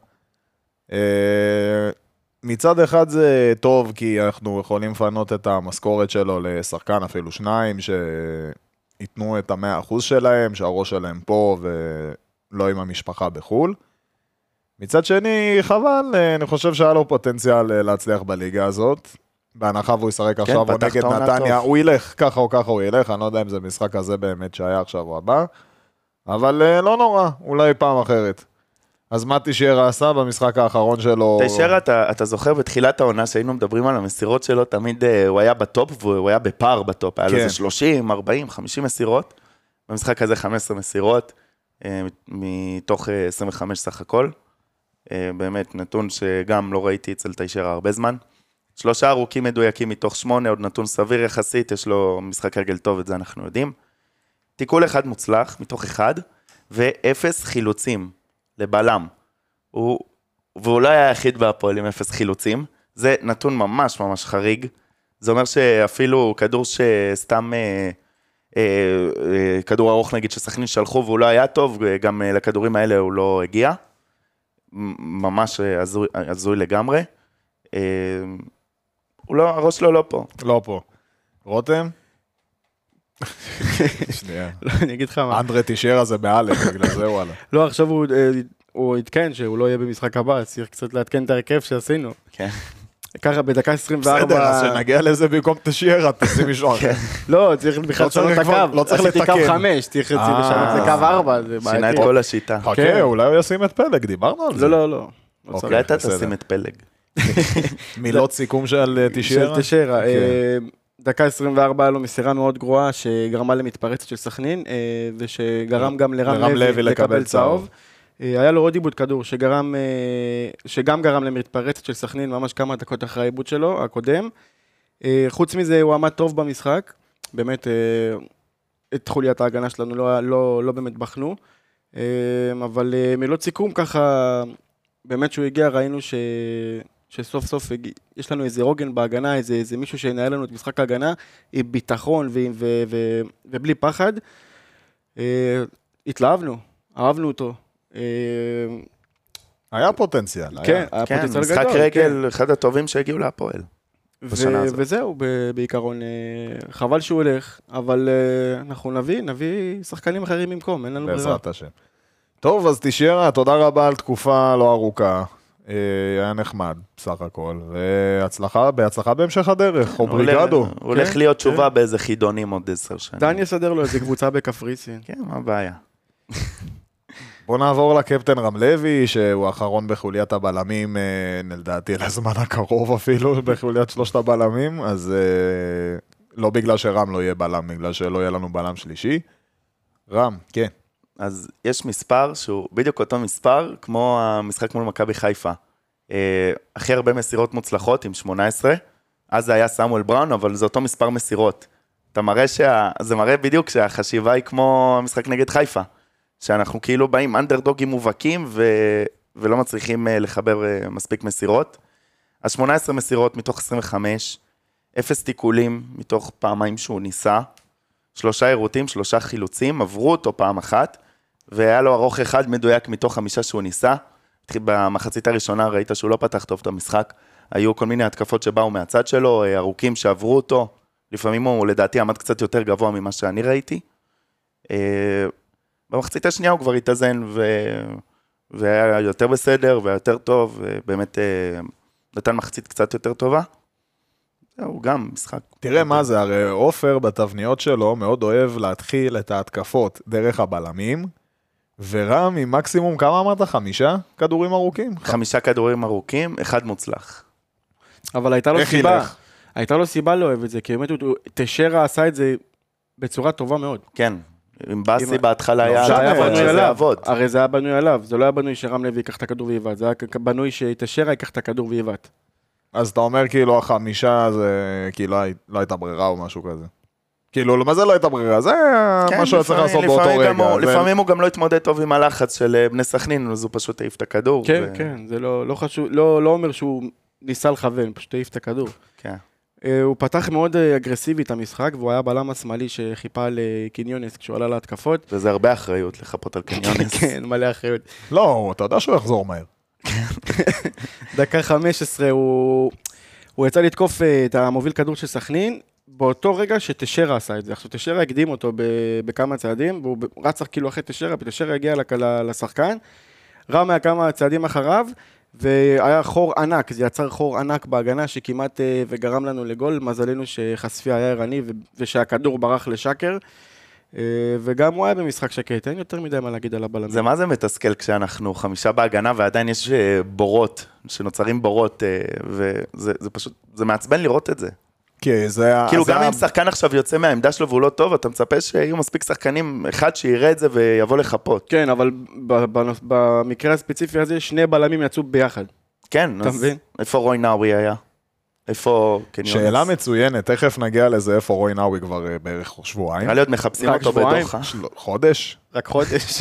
מצד אחד זה טוב, כי אנחנו יכולים לפנות את המשכורת שלו לשחקן, אפילו שניים, שיתנו את המאה אחוז שלהם, שהראש שלהם פה ולא עם המשפחה בחול. מצד שני, חבל, אני חושב שהיה לו פוטנציאל להצליח בליגה הזאת, בהנחה והוא ישחק עכשיו או נגד נתניה, הוא ילך, ככה או ככה הוא ילך, אני לא יודע אם זה משחק הזה באמת שהיה עכשיו או הבא, אבל לא נורא, אולי פעם אחרת. אז מה תשאר עשה במשחק האחרון שלו? תשאר, אתה, אתה זוכר בתחילת העונה שהיינו מדברים על המסירות שלו, תמיד הוא היה בטופ והוא היה בפאר בטופ, היה לו איזה שלושים, ארבעים, חמישים מסירות, במשחק הזה חמש עשרה מסירות, מתוך עשרים וחמש סך הכל. באמת נתון שגם לא ראיתי אצל תשאר הרבה זמן. שלושה ארוכים מדויקים מתוך שמונה, עוד נתון סביר יחסית, יש לו משחק רגל טוב, את זה אנחנו יודעים. תיקול אחד מוצלח מתוך אחד, ואפס חילוצים לבלם. הוא, והוא לא היה היחיד בהפועל עם אפס חילוצים, זה נתון ממש ממש חריג. זה אומר שאפילו כדור שסתם, אה, אה, אה, כדור ארוך נגיד שסכנין שלחו והוא לא היה טוב, גם לכדורים האלה הוא לא הגיע. ממש הזוי, הזוי לגמרי. הוא לא, הראש שלו לא פה. לא פה. רותם? שנייה. לא, אני אגיד לך מה. אנדרי תשאר הזה באלף, בגלל זה וואלה. לא, עכשיו הוא, הוא התקן שהוא לא יהיה במשחק הבא, צריך קצת להתקן את הרכב שעשינו. כן. ככה בדקה עשרים וארבע... בסדר, אז שנגיע לזה במקום תשאר, תשים מישהו אחר. לא, צריך בכלל לשנות את הקו. לא צריך לתקן. עשיתי קו חמש, צריך לשנות לקו ארבע. שינה את כל השיטה. אוקיי, אולי הוא ישים את פלג, דיברנו על זה. לא, לא, לא. אולי אתה תשים את פלג. מילות סיכום של תשאר? של תשאר. דקה עשרים וארבע היה לו מסירה מאוד גרועה, שגרמה למתפרצת של סכנין, ושגרם גם לרם לוי לקבל צהוב. היה לו עוד עיבוד כדור, שגרם, שגם גרם למתפרצת של סכנין, ממש כמה דקות אחרי העיבוד שלו, הקודם. חוץ מזה, הוא עמד טוב במשחק, באמת, את חוליית ההגנה שלנו לא, לא, לא באמת בחנו, אבל מילות סיכום ככה, באמת שהוא הגיע, ראינו ש... שסוף סוף יש לנו איזה רוגן בהגנה, איזה, איזה מישהו שינהל לנו את משחק ההגנה, עם ביטחון ו, ו, ו, ובלי פחד. אה, התלהבנו, אהבנו אותו. אה, היה פוטנציאל. כן, היה. היה כן, פוטנציאל משחק גדול. רגל, כן. אחד הטובים שהגיעו להפועל. ו- וזהו, ב- בעיקרון, אה, חבל שהוא הולך, אבל אה, אנחנו נביא, נביא שחקנים אחרים במקום, אין לנו ברירה. בעזרת השם. טוב, אז תשארה, תודה רבה על תקופה לא ארוכה. אה, היה נחמד, בסך הכל. והצלחה, בהצלחה בהמשך הדרך, אובריגדו. הוא הולך להיות תשובה באיזה חידונים עוד עשר שנים. דן יסדר לו איזה קבוצה בקפריסין. כן, מה הבעיה? בוא נעבור לקפטן רמלוי, שהוא האחרון בחוליית הבלמים, לדעתי לזמן הקרוב אפילו, בחוליית שלושת הבלמים, אז לא בגלל שרם לא יהיה בלם, בגלל שלא יהיה לנו בלם שלישי. רם, כן. אז יש מספר שהוא בדיוק אותו מספר, כמו המשחק מול מכבי חיפה. הכי הרבה מסירות מוצלחות עם שמונה עשרה, אז זה היה סמואל בראון, אבל זה אותו מספר מסירות. אתה מראה שה... זה מראה בדיוק שהחשיבה היא כמו המשחק נגד חיפה. שאנחנו כאילו באים אנדרדוגים מובהקים ו... ולא מצליחים לחבר מספיק מסירות. אז שמונה עשרה מסירות מתוך עשרים וחמש, אפס תיקולים מתוך פעמיים שהוא ניסה, שלושה עירותים, שלושה חילוצים, עברו אותו פעם אחת, והיה לו ארוך אחד מדויק מתוך חמישה שהוא ניסה. במחצית הראשונה ראית שהוא לא פתח טוב את המשחק, היו כל מיני התקפות שבאו מהצד שלו, ארוכים שעברו אותו, לפעמים הוא לדעתי עמד קצת יותר גבוה ממה שאני ראיתי. במחצית השנייה הוא כבר התאזן, ו... והיה יותר בסדר, והיה יותר טוב, ובאמת נתן מחצית קצת יותר טובה. הוא גם משחק. תראה מה זה, הרי אופר בתבניות שלו מאוד אוהב להתחיל את ההתקפות דרך הבלמים, ורם עם מקסימום, כמה אמרת? חמישה כדורים ארוכים? חמישה כדורים ארוכים, אחד מוצלח. אבל הייתה לו סיבה, הייתה לו סיבה לא אוהב את זה, כי באמת תשרה עשה את זה בצורה טובה מאוד. כן. עם בסי בהתחלה היה שזה יעבוד. הרי זה היה בנוי עליו, זה לא היה בנוי שרם לוי ייקח את הכדור ויבט, זה היה בנוי שתשרה ייקח את הכדור ויבט. אז אתה אומר כאילו החמישה זה כאילו לא הייתה ברירה או משהו כזה. כאילו מה זה לא הייתה ברירה, זה מה שהוא צריך לעשות באותו רגע. לפעמים הוא גם לא התמודד טוב עם הלחץ של בני סכנין, אז הוא פשוט העיף את הכדור. כן, כן, זה לא חשוב, לא אומר שהוא ניסה לכוון, פשוט העיף את הכדור. כן. הוא פתח מאוד אגרסיבי את המשחק, והוא היה בלם השמאלי שחיפה לקניונס כשהוא עלה להתקפות. וזה הרבה אחריות לחפות על קניונס. כן, מלא אחריות. לא, אתה יודע שהוא יחזור מהר. דקה חמש עשרה הוא, הוא יצא לתקוף את המוביל כדור של סכנין, באותו רגע שתשרה עשה את זה. עכשיו תשרה הקדים אותו בכמה צעדים, והוא רץ כאילו אחרי תשרה, ותשרה הגיע לשחקן, רם היה כמה צעדים אחריו, והיה חור ענק, זה יצר חור ענק בהגנה שכמעט וגרם לנו לגול, מזלנו שחשפי היה ערני ושהכדור ברח לשקר, וגם הוא היה במשחק שקט, אין יותר מדי מה להגיד על הבלמים. זה מה זה מתסכל כשאנחנו חמישה בהגנה ועדיין יש בורות, שנוצרים בורות, וזה זה פשוט, זה מעצבן לראות את זה. כאילו גם אם שחקן עכשיו יוצא מהעמדה שלו והוא לא טוב, אתה מצפה שיהיו מספיק שחקנים, אחד שיראה את זה ויבוא לחפות. כן, אבל במקרה הספציפי הזה, שני בלמים יצאו ביחד. כן, אז איפה רוי נאווי היה? איפה קניונס? שאלה מצוינת, תכף נגיע לזה, איפה רוי נאווי כבר בערך שבועיים. נראה להיות מחפשים אותו בדוחה. חודש? רק חודש.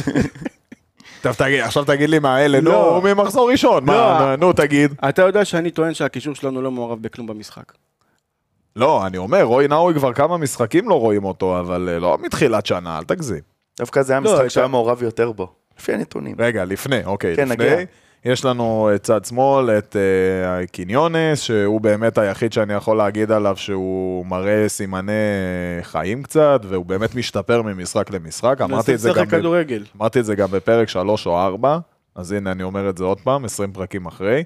עכשיו תגיד לי מה אלה, נו, ממחזור ראשון, נו תגיד. אתה יודע שאני טוען שהקישור שלנו לא מעורב בכלום במשחק. לא, אני אומר, רוי נאווי כבר כמה משחקים לא רואים אותו, אבל לא מתחילת שנה, אל תגזים. דווקא זה היה משחק שהיה מעורב יותר בו, לפי הנתונים. רגע, לפני, אוקיי, לפני. יש לנו צד שמאל את קניונס, שהוא באמת היחיד שאני יכול להגיד עליו שהוא מראה סימני חיים קצת, והוא באמת משתפר ממשחק למשחק. אמרתי את זה גם, אמרתי את זה גם בפרק שלוש או ארבע, אז הנה אני אומר את זה עוד פעם, עשרים פרקים אחרי.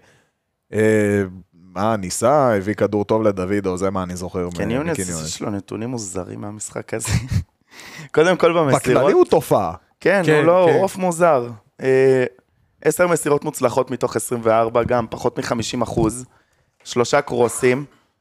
מה, ניסה, הביא כדור טוב לדוד, או זה מה אני זוכר מקניונס. קניונס, יש לו נתונים מוזרים מהמשחק הזה. קודם כל במסירות. בכללי הוא תופעה. כן, הוא לא, הוא אוף מוזר. עשר מסירות מוצלחות מתוך עשרים וארבע, גם פחות מ-חמישים אחוז, שלושה קרוסים,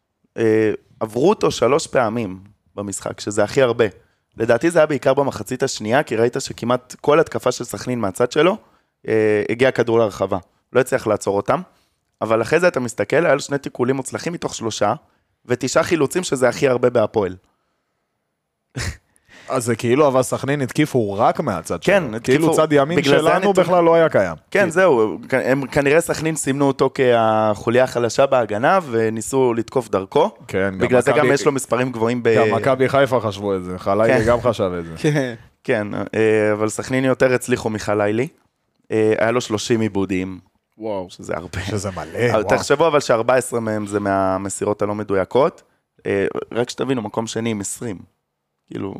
עברו אותו שלוש פעמים במשחק, שזה הכי הרבה. לדעתי זה היה בעיקר במחצית השנייה, כי ראית שכמעט כל התקפה של סכנין מהצד שלו, הגיע כדור לרחבה. לא הצליח לעצור אותם, אבל אחרי זה אתה מסתכל, היה לו שני תיקולים מוצלחים מתוך שלושה, ותשעה חילוצים שזה הכי הרבה בהפועל. אז זה כאילו, אבל סכנין התקיפו רק מהצד כן, שלו. התקיפו- כאילו צד ימין בגלל זה שלנו הנתון- בכלל לא היה קיים. כן, זהו, הם כנראה סכנין סימנו אותו כחוליה החלשה בהגנה, וניסו לתקוף דרכו. כן, גם בגלל זה גם מכבי- יש לו מספרים גבוהים ב... גם מכבי חיפה חשבו את זה, חלילי כן. גם חשב את זה. כן. כן, אה, אבל סכנין יותר הצליחו מחלילי. אה, היה לו שלושים עיבודים, וואו. שזה הרבה. שזה מלא, אבל וואו. תחשבו אבל ש-ארבע עשרה מהם זה מהמסירות הלא מדויקות. אה, רק שתבינו, מקום שני עם עשרים. כאילו,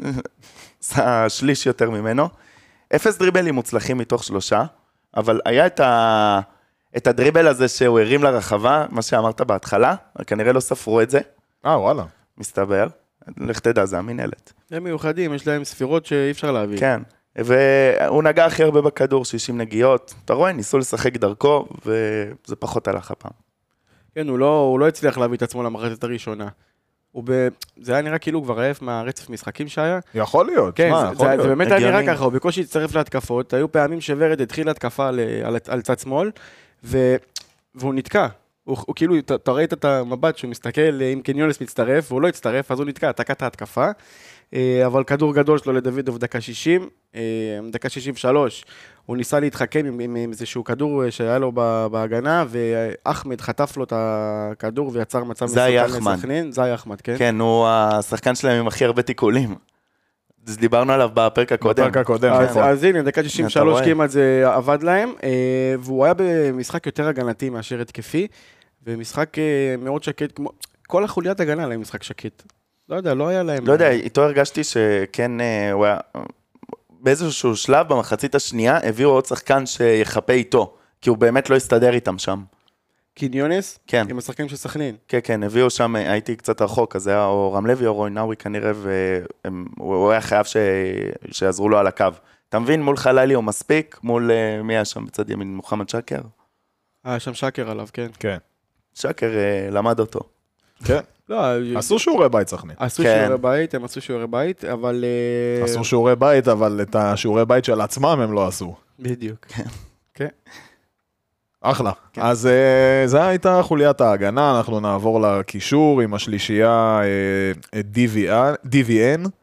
זה שליש יותר ממנו. אפס דריבלים מוצלחים מתוך שלושה, אבל היה את, ה... את הדריבל הזה שהוא הרים לרחבה, מה שאמרת בהתחלה, כנראה לא ספרו את זה, אה, וואלה. מסתבר. לך תדע, זה המנהלת. הם מיוחדים, יש להם ספירות שאי אפשר להביא. כן, והוא נגע הכי הרבה בכדור, שישים נגיעות. אתה רואה, ניסו לשחק דרכו, וזה פחות הלך הפעם. כן, הוא לא, הוא לא הצליח להביא את עצמו למחצית הראשונה. הוא ב... זה היה נראה כאילו הוא כבר עייף מהרצף משחקים שהיה. יכול להיות, כן, שמה, זה, יכול זה, להיות. זה באמת היה הגיוני. נראה ככה, הוא בקושי הצטרף להתקפות, היו פעמים שוורד התחיל להתקפה על, על, על צד שמאל, ו, והוא נתקע. הוא, הוא כאילו, אתה, אתה ראית את המבט שהוא מסתכל, אם קניונס מצטרף, והוא לא הצטרף, אז הוא נתקע, תקע את ההתקפה. אבל כדור גדול שלו לדוידוב דקה שישים, דקה שישים ושלוש, הוא ניסה להתחכם עם, עם, עם איזשהו כדור שהיה לו בהגנה, ואחמד חטף לו את הכדור ויצר מצב זה היה אחמד. לסכנין. זה היה אחמד, כן. כן, הוא השחקן שלהם עם הכי הרבה תיקולים. אז דיברנו עליו בפרק הקודם. בפרק הקודם, אז, נכון. אז הנה, דקה שישים ושלוש רואה. כמעט זה עבד להם, אה, והוא היה במשחק יותר הגנתי מאשר התקפי, ומשחק אה, מאוד שקט, כמו כל החוליית הגנה להם משחק שקט. לא יודע, לא היה להם... לא יודע, איתו הרגשתי שכן, אה, הוא היה... באיזשהו שלב, במחצית השנייה, הביאו עוד שחקן שיחפה איתו, כי הוא באמת לא הסתדר איתם שם. קיניונס? כן. עם השחקנים של סכנין. כן, כן, הביאו שם, הייתי קצת רחוק, אז זה היה או רם לוי או רוי נאווי כנראה, והוא היה חייב ש... שיעזרו לו על הקו. אתה מבין, מול חלילי הוא מספיק, מול אה, מי היה שם בצד ימין, מוחמד שקר? היה שם שקר עליו, כן. כן. שקר אה, למד אותו. כן. לא, עשו שיעורי בית סכנין. עשו כן. שיעורי בית, הם עשו שיעורי בית, אבל... אה, עשו שיעורי בית, אבל את השיעורי בית של עצמם הם לא עשו. בדיוק. כן. אחלה. אז אה, זה הייתה חוליית ההגנה, אנחנו נעבור לקישור עם השלישייה אה, די וי אן.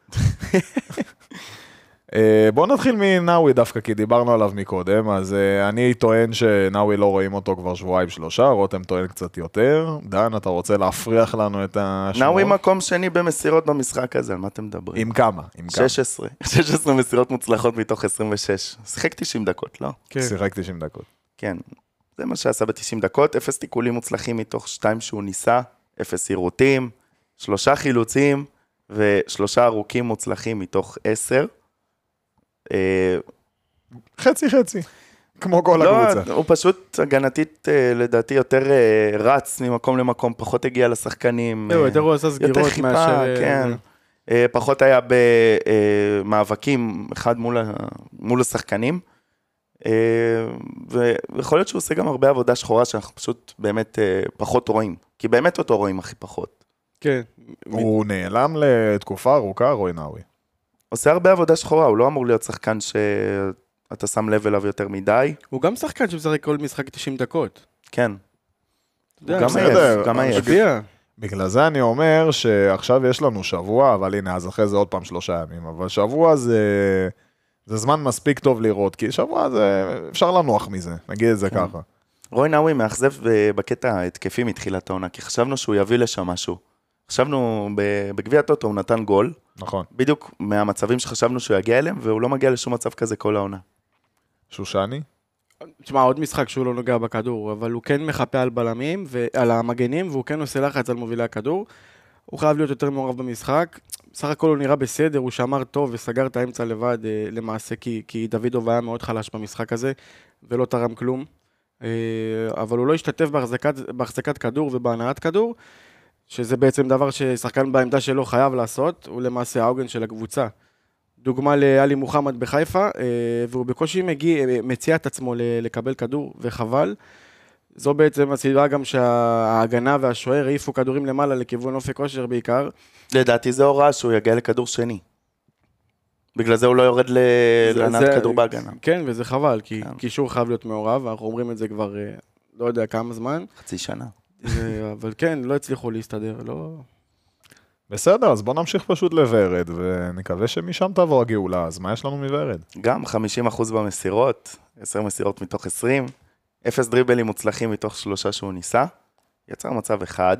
אה, בואו נתחיל מנאווי דווקא, כי דיברנו עליו מקודם, אז אה, אני טוען שנאווי לא רואים אותו כבר שבועיים שלושה, רותם טוען קצת יותר. דן, אתה רוצה להפריח לנו את השמות? נאווי מקום שני במסירות במשחק הזה, על מה אתם מדברים? עם כמה? עם כמה? שש עשרה. שש עשרה מסירות מוצלחות מתוך עשרים ושש. שיחק תשעים דקות, לא? כן. שיחק תשעים דקות. כן. זה מה שעשה ב-תשעים דקות, אפס תיקולים מוצלחים מתוך שתיים שהוא ניסה, אפס עירותים, שלושה חילוצים ושלושה ארוכים מוצלחים מתוך עשר. אה, חצי חצי, כמו כל לא, הקבוצה. הוא פשוט הגנתית אה, לדעתי יותר אה, רץ ממקום למקום, פחות הגיע לשחקנים. זהו, אה, יותר הוא עשה יותר סגירות חיפה, מאשר... כן. אה, פחות היה במאבקים אחד מול, ה- מול השחקנים. אה, ויכול להיות שהוא עושה גם הרבה עבודה שחורה שאנחנו פשוט באמת אה, פחות רואים. כי באמת אותו רואים הכי פחות. כן. הוא נעלם לתקופה ארוכה, רוי נאווי. עושה הרבה עבודה שחורה, הוא לא אמור להיות שחקן שאתה שם לב אליו יותר מדי. הוא גם שחקן שמשחק כל משחק תשעים דקות. כן. אתה יודע, גם בסדר, עייף, גם עייף. משפיע. בגלל זה אני אומר שעכשיו יש לנו שבוע, אבל הנה, אז אחרי זה עוד פעם שלושה ימים, אבל שבוע זה, זה זמן מספיק טוב לראות, כי שבוע זה, אפשר לנוח מזה, נגיד את זה כן. ככה. רוי נאווי מאכזב בקטע ההתקפי מתחילת העונה, כי חשבנו שהוא יביא לשם משהו. חשבנו בגביע הטוטו, הוא נתן גול, נכון. בדיוק מהמצבים שחשבנו שהוא יגיע אליהם, והוא לא מגיע לשום מצב כזה כל העונה. שושני? תשמע, עוד משחק שהוא לא נוגע בכדור, אבל הוא כן מחפה על בלמים ועל המגנים, והוא כן עושה לחץ על מובילי הכדור. הוא חייב להיות יותר מעורב במשחק. בסך הכל הוא נראה בסדר, הוא שמר טוב וסגר את האמצע לבד אה, למעשה, כי, כי דוידוב היה מאוד חלש במשחק הזה, ולא תרם כלום. אה, אבל הוא לא השתתף בהחזקת, בהחזקת כדור ובהנעת כדור, שזה בעצם דבר ששחקן בעמדה שלו חייב לעשות, הוא למעשה העוגן של הקבוצה. דוגמה לאלי מוחמד בחיפה, והוא בקושי מגיע, מציע את עצמו לקבל כדור, וחבל. זו בעצם הסיבה גם שההגנה והשוער העיפו כדורים למעלה לכיוון אופק כושר בעיקר. לדעתי זה הוראה שהוא יגיע לכדור שני. בגלל זה הוא לא יורד להנעת כדור בהגנה. כן, וזה חבל, כי כן. קישור חייב להיות מעורב, אנחנו אומרים את זה כבר לא יודע כמה זמן. חצי שנה. אבל כן, לא הצליחו להסתדר, לא... בסדר, אז בוא נמשיך פשוט לוורד, ונקווה שמשם תבוא הגאולה, אז מה יש לנו מוורד? גם חמישים אחוז במסירות, עשר מסירות מתוך עשרים, אפס דריבלים מוצלחים מתוך שלושה שהוא ניסה, יצר מצב אחד,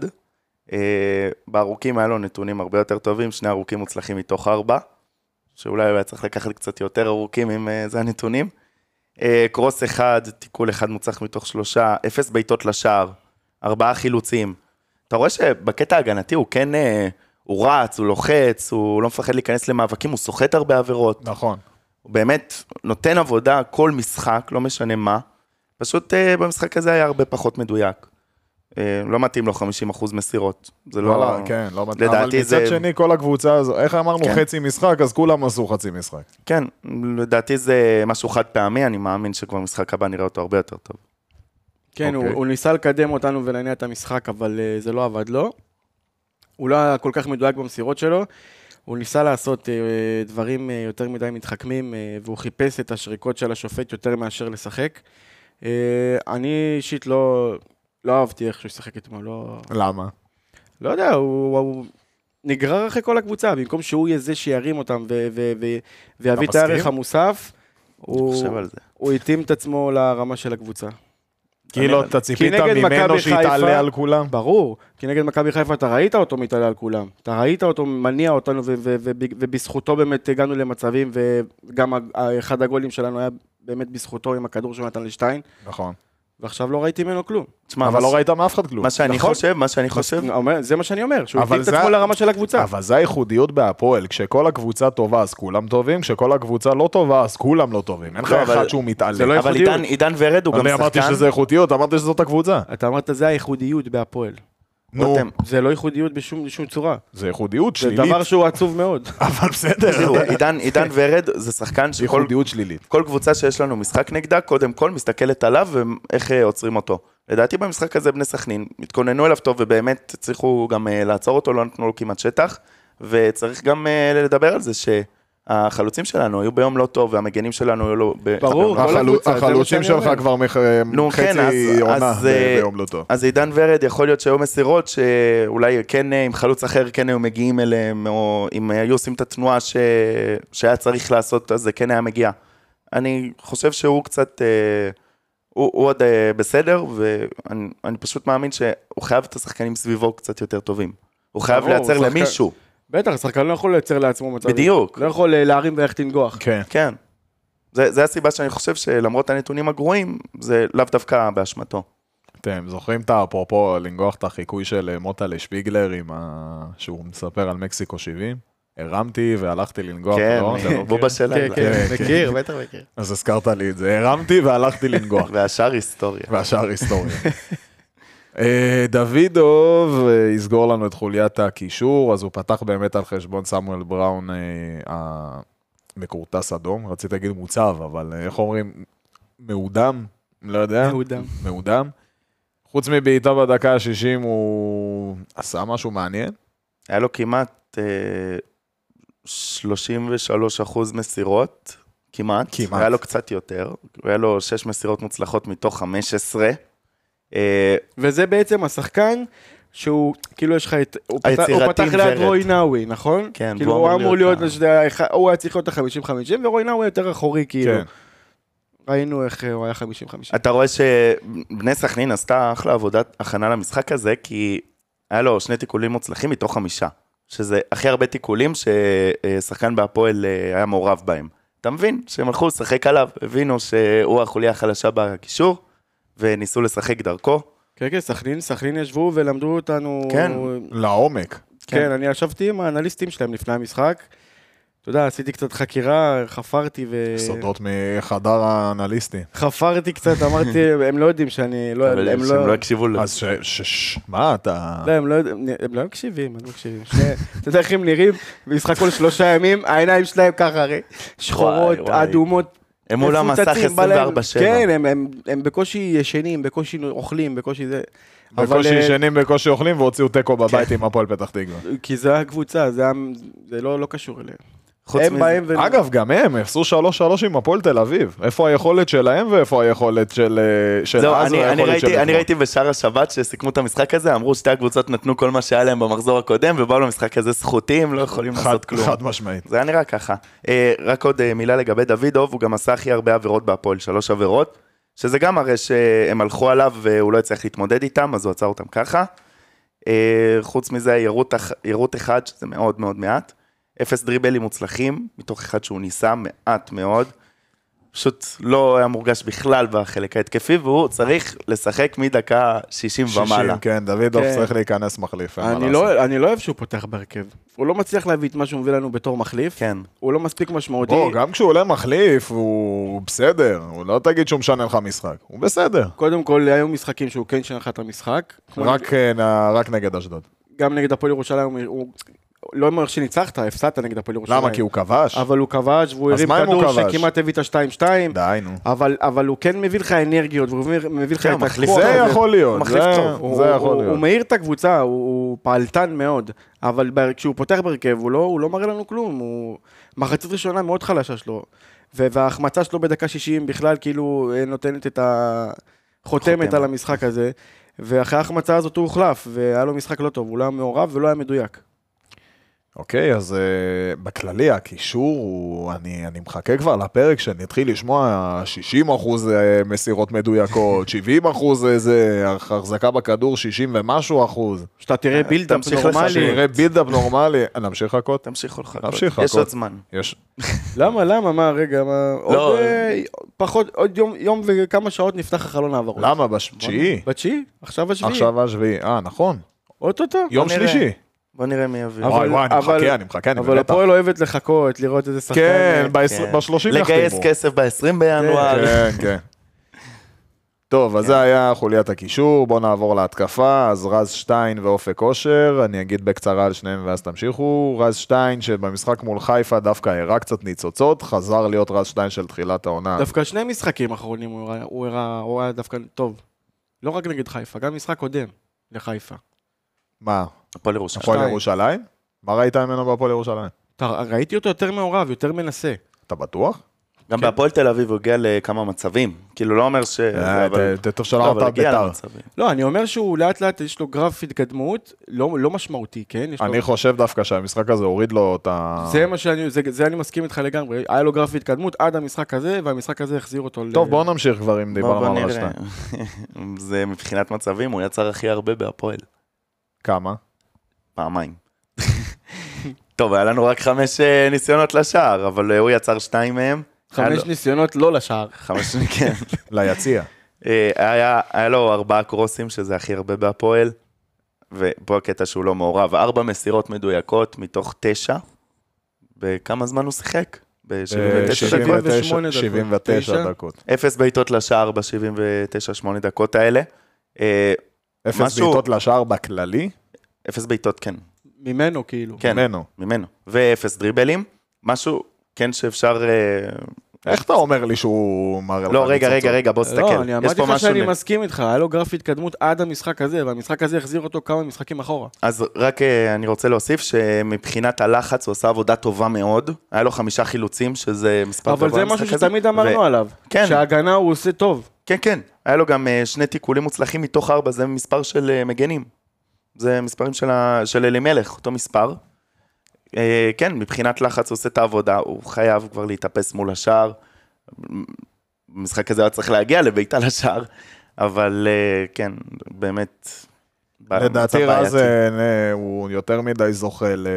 בארוכים היה לו נתונים הרבה יותר טובים, שני ארוכים מוצלחים מתוך ארבע, שאולי הוא היה צריך לקחת קצת יותר ארוכים עם זה הנתונים, קרוס אחד, תיקול אחד מוצלח מתוך שלושה, אפס ביתות לשער, ארבעה חילוצים, אתה רואה שבקטע ההגנתי הוא כן, הוא רץ, הוא לוחץ, הוא לא מפחד להיכנס למאבקים, הוא סוחט הרבה עבירות. נכון. הוא באמת נותן עבודה כל משחק, לא משנה מה, פשוט במשחק הזה היה הרבה פחות מדויק. לא מתאים לו חמישים אחוז מסירות. זה לא... כן, לא מתאים. אבל מצד שני, כל הקבוצה הזו, איך אמרנו חצי משחק, אז כולם עשו חצי משחק. כן, לדעתי זה משהו חד פעמי, אני מאמין שכבר משחק הבא נראה אותו הרבה יותר טוב. כן, הוא ניסה לקדם אותנו ולעניין את המשחק, אבל זה לא עבד לו. הוא לא היה כל כך מדויק במסירות שלו. הוא ניסה לעשות דברים יותר מדי מתחכמים, והוא חיפש את השריקות של השופט יותר מאשר לשחק. אני אישית לא... לא אהבתי איך שהוא ישחק אתמול, לא... למה? לא יודע, הוא, הוא נגרר אחרי כל הקבוצה, במקום שהוא יהיה זה שירים אותם ו- ו- ו- ויביא את הערך המוסף, הוא, הוא התאים את עצמו לרמה של הקבוצה. כאילו, אתה ציפית ממנו שיתעלה על כולם? ברור, כי נגד מכבי חיפה אתה ראית אותו מתעלה על כולם, אתה ראית אותו מניע אותנו, ו- ו- ו- ובזכותו באמת הגענו למצבים, וגם אחד הגולים שלנו היה באמת בזכותו עם הכדור שהוא נתן לשטיין. נכון. ועכשיו לא ראיתי ממנו כלום. אבל לא ראית מאף אחד כלום. מה שאני חושב, מה שאני חושב. זה מה שאני אומר, שהוא התאים את עצמו לרמה של הקבוצה. אבל זה הייחודיות בהפועל, כשכל הקבוצה טובה אז כולם טובים, כשכל הקבוצה לא טובה אז כולם לא טובים. אין לך אחד שהוא מתעלה. אבל עידן ורד הוא גם שחקן. אני אמרתי שזה איכותיות, אמרתי שזאת הקבוצה. אתה אמרת זה הייחודיות בהפועל. נו. זה לא ייחודיות בשום צורה. זה ייחודיות שלילית. זה דבר שהוא עצוב מאוד. אבל בסדר. עידן ורד זה שחקן שכל... ייחודיות שלילית. כל קבוצה שיש לנו משחק נגדה, קודם כל מסתכלת עליו ואיך עוצרים אותו. לדעתי במשחק הזה בני סכנין, התכוננו אליו טוב ובאמת צריכו גם לעצור אותו, לא נתנו לו כמעט שטח, וצריך גם לדבר על זה שהחלוצים שלנו היו ביום לא טוב, והמגנים שלנו היו לא... ברור, החלוצים שלך כבר חצי עונה ביום לא טוב. אז עידן ורד יכול להיות שהיו מסירות, שאולי כן עם חלוץ אחר כן היו מגיעים אליהם, או אם היו עושים את התנועה שהיה צריך לעשות, אז זה כן היה מגיע. אני חושב שהוא קצת... הוא, הוא עוד בסדר, ואני פשוט מאמין שהוא חייב את השחקנים סביבו קצת יותר טובים. הוא חייב לייצר למישהו. בטח, השחקן לא יכול לייצר לעצמו מצב. בדיוק. לא יכול להרים ואיך תנגוח. כן. כן. זה, זה הסיבה שאני חושב שלמרות הנתונים הגרועים, זה לאו דווקא באשמתו. אתם זוכרים את אפרופו לנגוח את החיקוי של מוטה לשפיגלר, שהוא מספר על מקסיקו שבעים? הרמתי והלכתי לנגוח. כן, בובה שלה. מכיר, בטח מכיר. אז הזכרת לי את זה, הרמתי והלכתי לנגוח. והשאר היסטוריה. והשאר היסטוריה. דוידוב יסגור לנו את חוליית הקישור, אז הוא פתח באמת על חשבון סמואל בראון מקורטס אדום, רציתי להגיד מוצב, אבל איך אומרים, מעודם, לא יודע. מעודם. מעודם. חוץ מבעיטה בדקה ה-שישים הוא עשה משהו מעניין. היה לו כמעט שלושים ושלושה אחוז מסירות, כמעט. כמעט. היה לו קצת יותר, היה לו שש מסירות מוצלחות מתוך חמש עשרה. וזה בעצם השחקן שהוא, כאילו יש לך את, הוא פתח ליד רוי נאווי, נכון? כן. כאילו הוא אמור להיות, הוא היה צריך להיות ה-חמישים חמישים, ורוי נאווי יותר אחורי, כאילו. ראינו איך הוא היה חמישים חמישים. אתה רואה שבני סכנין עשתה אחלה עבודת הכנה למשחק הזה, כי היה לו שני תיקולים מוצלחים מתוך חמישה, שזה הכי הרבה תיקולים ששחקן בהפועל היה מעורב בהם. אתה מבין? שהם הלכו לשחק עליו, הבינו שהוא החוליה החלשה בקישור, וניסו לשחק דרכו. כן, כן, סכנין, סכנין ישבו ולמדו אותנו... כן, לעומק. כן, אני ישבתי עם האנליסטים שלהם לפני המשחק. אתה יודע, עשיתי קצת חקירה, חפרתי ו... סודות מחדר האנליסטי. חפרתי קצת, אמרתי, הם לא יודעים שאני... אבל הם לא הקשיבו לו. אז ש... מה אתה... לא, הם לא הקשיבים, הם לא הקשיבים. אתה יודע איך הם נראים, במשחק כל שלושה ימים, העיניים שלהם ככה, הרי שחורות, אדומות, הם מול המסך עשרים וארבע שבע. כן, הם בקושי ישנים, בקושי אוכלים, בקושי זה... בקושי ישנים, בקושי אוכלים, והוציאו טקו בבית עם הפועל פתח תקווה. כי זה הקבוצה, זה לא קשור אליהם. חוץ הם מזה- באים ו... אגב, גם הם עשו שלוש שלוש עם הפועל תל אביב. איפה היכולת שלהם ואיפה היכולת של אה, של זהו, אז אני, אני, והיכולת של ראיתי, אני אתמול. ראיתי בשער השבת שסיכמו את המשחק הזה, אמרו שתי הקבוצות נתנו כל מה שהיה להם במחזור הקודם, ובאו למשחק הזה סחוטים, לא יכולים חד- לעשות כלום. חד משמעית. זה היה נראה ככה. אה, רק עוד אה, מילה לגבי דוידוב, הוא גם עשה הכי הרבה עבירות בהפועל, שלוש עבירות, שזה גם הרי שהם הלכו עליו והוא לא הצליח להתמודד איתם, אז הוא עצר אותם ככה. אה, חוץ מזה, ירות, אח- ירות אחד, שזה מאוד מאוד מעט. אפס דריבלים מוצלחים, מתוך אחד שהוא ניסה מעט מאוד. פשוט לא היה מורגש בכלל בחלק ההתקפי, והוא צריך לשחק מדקה שישים ומעלה. שישים, כן, דוידוב כן. צריך להיכנס מחליף. אין מה אני לעשות. לא, אני לא אוהב שהוא פותח בהרכב. הוא לא מצליח להביא את מה שהוא מביא לנו בתור מחליף. כן. הוא לא מספיק משמעותי. בוא, גם כשהוא עולה מחליף, הוא בסדר. הוא לא תגיד שהוא משנה לך משחק. הוא בסדר. קודם כל, היו משחקים שהוא כן שנה לך את המשחק. כמו רק, אה, נ- רק נגד אשדוד. גם נגד הפועל ירושלים, הוא- הוא לא אומר שניצחת, הפסדת נגד הפועל ירושלים. למה? כי הוא כבש? אבל הוא כבש, והוא אז הרים מה אם הוא כדור כבש? שכמעט הביא את ה-שתיים שתיים. די, נו. אבל, אבל הוא כן מביא לך אנרגיות, והוא מביא, מביא לך כן, את הוא מחליף- הכוח. זה הזה. יכול להיות. הוא מחליף זה- טוב. הוא, זה הוא, יכול הוא, הוא להיות. מאיר את הקבוצה, הוא, הוא פעלתן מאוד, אבל ב- כשהוא פותח בהרכב, הוא לא, הוא לא מראה לנו כלום, הוא מחצית ראשונה מאוד חלשה שלו, ו- וההחמצה שלו בדקה שישים בכלל כאילו אה, נותנת את החותמת חותמת. על המשחק הזה, ואחרי ההחמצה הזאת הוא הוחלף, והיה לו משחק לא טוב, הוא לא היה מעורב ולא היה מדויק. אוקיי, אז uh, בכללי הקישור, הוא, אני, אני מחכה כבר לפרק שנתחיל לשמוע שישים אחוז מסירות מדויקות, שבעים אחוז איזה החזקה בכדור, שישים ומשהו אחוז. שאתה תראה בילדאפ תמשיך לך נורמלי. שנראה בילדאפ נורמלי. נמשיך לחכות? תמשיכו לחכות. נמשיך יש לחכות. עוד זמן. יש. למה, למה, מה, רגע, מה, לא. עוד אה, פחות, עוד יום, יום וכמה שעות נפתח החלון העברות. למה? בתשיעי? בתשיעי, עכשיו השביעי. עכשיו השביעי. אה, נכון. אוטוטו. יום נראה. שלישי. בוא נראה מי יביא. אבל- וואי, וואי, אני אבל- מחכה, אני מחכה, אני אבל במתח. הפועל אוהבת לחכות, לראות איזה שחקן. כן, כן. ב-שלושים לגייס יחתימו. כסף ב-עשרים בינואר. כן, כן. טוב, אז זה היה חוליית הקישור, בואו נעבור להתקפה, אז רז שטיין ואופק אושר, אני אגיד בקצרה על שניהם ואז תמשיכו, רז שטיין שבמשחק מול חיפה דווקא הראה קצת ניצוצות, חזר להיות רז שטיין של תחילת העונה. דווקא שני משחקים אחרונים הוא הראה- הוא הראה, הוא היה דווקא טוב. לא רק נגד חיפה, גם משחק קודם לחיפה. מה? הפועל ירושלים. הפועל שתיים. ירושלים? מה ראית ממנו בהפועל ירושלים? אתה- ראיתי אותו יותר מעורב, יותר מנסה. אתה בטוח? גם בהפועל תל אביב הוא הגיע לכמה מצבים. כאילו לא אומר ש... אה, אבל- ת- טוב לא, שלא אבל אתה הגיע בית"ר. למצבים. לא, אני אומר שהוא לאט לאט יש לו גרף התקדמות, לא, לא משמעותי, כן? יש לו... אני חושב דווקא שהמשחק הזה הוריד לו את ה... זה מה שאני, זה, זה אני מסכים איתך לגמרי. היה לו גרף התקדמות עד המשחק הזה, והמשחק הזה החזיר אותו טוב, ל... בואו נמשיך כבר אם בוא- דיברנו בוא על רז נראה. שטיין. זה מבחינת מצבים, הוא יצר הכי הרבה בהפועל. כמה? פעמיים. טוב, היה לנו רק חמש אה, ניסיונות לשער, אבל אה, הוא יצר שתיים מהם. היה חמש לו- ניסיונות לא לשער. חמש, כן. ליציע. אה, היה, היה לו ארבעה קרוסים, שזה הכי הרבה בהפועל, ופה הקטע שהוא לא מעורב. ארבע מסירות מדויקות מתוך תשע. בכמה זמן הוא שיחק? ב-שבעים ותשע שבעים דקות. ותשע, ושמונה דקות. שבעים ותשע תשע. דקות. אפס בעיטות לשער ב-שבעים ותשע שמונה דקות האלה. אה, אפס משהו- בעיטות לשער בכללי? אפס בעיטות, כן. ממנו כאילו. כן, ממנו. ממנו. ואפס דריבלים. משהו, כן, שאפשר... אה, איך אתה אומר לי שהוא מראה לך לא, רגע, ניצוצות? רגע, רגע, בוא תסתכל. לא, אני יש אמרתי פה לך משהו שאני נ- מסכים איתך, היה לו גרף התקדמות עד המשחק הזה, והמשחק הזה החזיר אותו כמה משחקים אחורה. אז רק אה, אני רוצה להוסיף שמבחינת הלחץ הוא עשה עבודה טובה מאוד. היה לו חמישה חילוצים, שזה מספר אבל גבוה זה במשחק משהו הזה. שתמיד אמרנו ו- עליו. כן. שההגנה הוא עושה טוב. כן, כן. היה לו גם אה, שני תיקולים מוצלחים מתוך ארבע, זה מספר של אה, מגנים. זה מספרים של ה- של אלימלך, אותו מספר. אה, כן, מבחינת לחץ הוא עושה את העבודה, הוא חייב כבר להתאפס מול השער. במשחק הזה היה צריך להגיע לבעיטה לשער, אבל אה, כן, באמת... לדעתי במצב רז בעייתי. אה, הוא יותר מדי זוכה ל...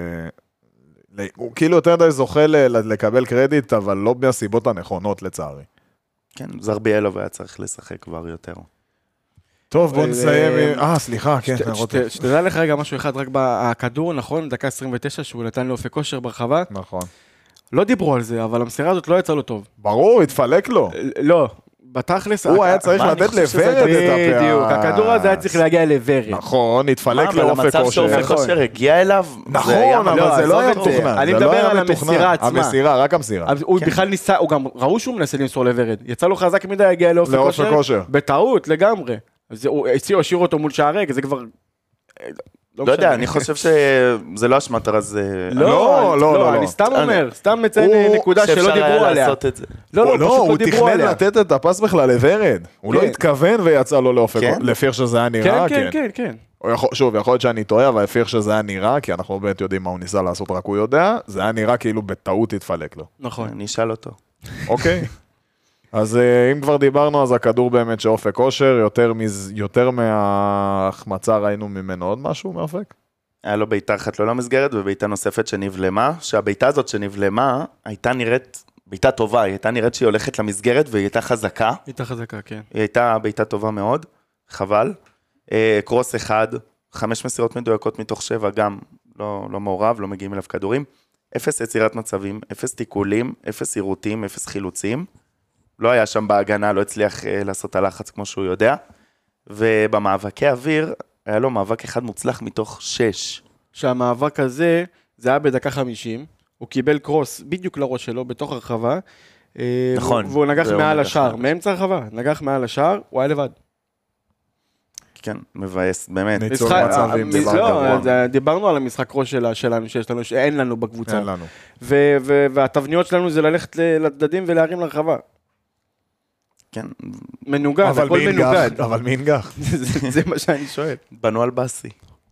ל- הוא כאילו יותר מדי זוכה ל- לקבל קרדיט, אבל לא מהסיבות הנכונות לצערי. כן, זרביאלוב היה צריך לשחק כבר יותר. טוב, בוא אה, נסיים. אה, עם- אה, סליחה, כן, שת- רותם. שת- שתדע לך רגע משהו אחד, רק בכדור, נכון, דקה עשרים ותשע, שהוא נתן לאופק כושר ברחבה, נכון. לא דיברו על זה, אבל המסירה הזאת לא יצאה לו טוב. ברור, התפלק לו. לא, בתכלס... הוא הכ- היה צריך מה, אני לתת חושב שזה לוורד את הפעם. בדיוק, הכדור הזה היה צריך להגיע לוורד. נכון, התפלק אבל לאופק המצב כושר. שאופק נכון. כושר הגיע אליו, זה נכון, היה אבל לא, זה לא היה עזוב את זה. מתוכנן. אני זה לא מדבר היה על מתוכנן. המסירה עצמה. המסירה, רק המסירה. אבל הוא כן. בכלל ניסה, הוא גם ראו שהוא מנסה למסור לוורד. יצא לו חזק מדי להגיע לאופק לאופק כושר. כושר. בטעות, לגמרי. אז הוא הציע, השאיר אותו מול שער ריק, זה כבר... לא יודע, אני חושב שזה לא אשמת רז. לא, לא, לא, אני סתם אומר, סתם מציין נקודה שלא דיברו עליה. לא, לא, הוא תכנן לתת את הפס בכלל לוורד. הוא לא התכוון ויצא לו לאופק, לפי איך שזה היה נראה, כן, כן, כן. שוב, יכול להיות שאני טועה, אבל לפי איך שזה היה נראה, כי אנחנו באמת יודעים מה הוא ניסה לעשות, רק הוא יודע, זה היה נראה כאילו בטעות התפלק לו. נכון. אני אשאל אותו. אוקיי. אז אם כבר דיברנו, אז הכדור באמת שאופק כושר, יותר, מז... יותר מההחמצה ראינו ממנו עוד משהו מאופק? היה לו ביתה אחת לא למסגרת, וביתה נוספת שנבלמה, שהביתה הזאת שנבלמה, הייתה נראית, ביתה טובה, היא הייתה נראית שהיא הולכת למסגרת, והיא הייתה חזקה. היא הייתה חזקה, כן. היא הייתה ביתה טובה מאוד, חבל. קרוס אחד, חמש מסירות מדויקות מתוך שבע, גם לא, לא מעורב, לא מגיעים אליו כדורים. אפס יצירת מצבים, אפס תיקולים, אפס עירותים, אפס חילוצים. לא היה שם בהגנה, לא הצליח אה, לעשות הלחץ כמו שהוא יודע, ובמאבקי אוויר, היה לו מאבק אחד מוצלח מתוך שש. שהמאבק הזה, זה היה בדקה חמישים, הוא קיבל קרוס בדיוק לראש שלו, בתוך הרחבה, נכון. והוא נגח מעל השער, מאמצע הרחבה, נגח מעל השער, הוא היה לבד. כן, מבאס, באמת. ניצול מצבים, לא, דיברנו על המשחק ראש שלנו, שיש לנו, שאין לנו בקבוצה. אין לנו. והתבניות שלנו זה ללכת לצדדים ולהרים לרחבה. כן. מנוגד, הכל מנוגד. אבל מי ינגח? זה מה שאני שואל. בנו על בסי.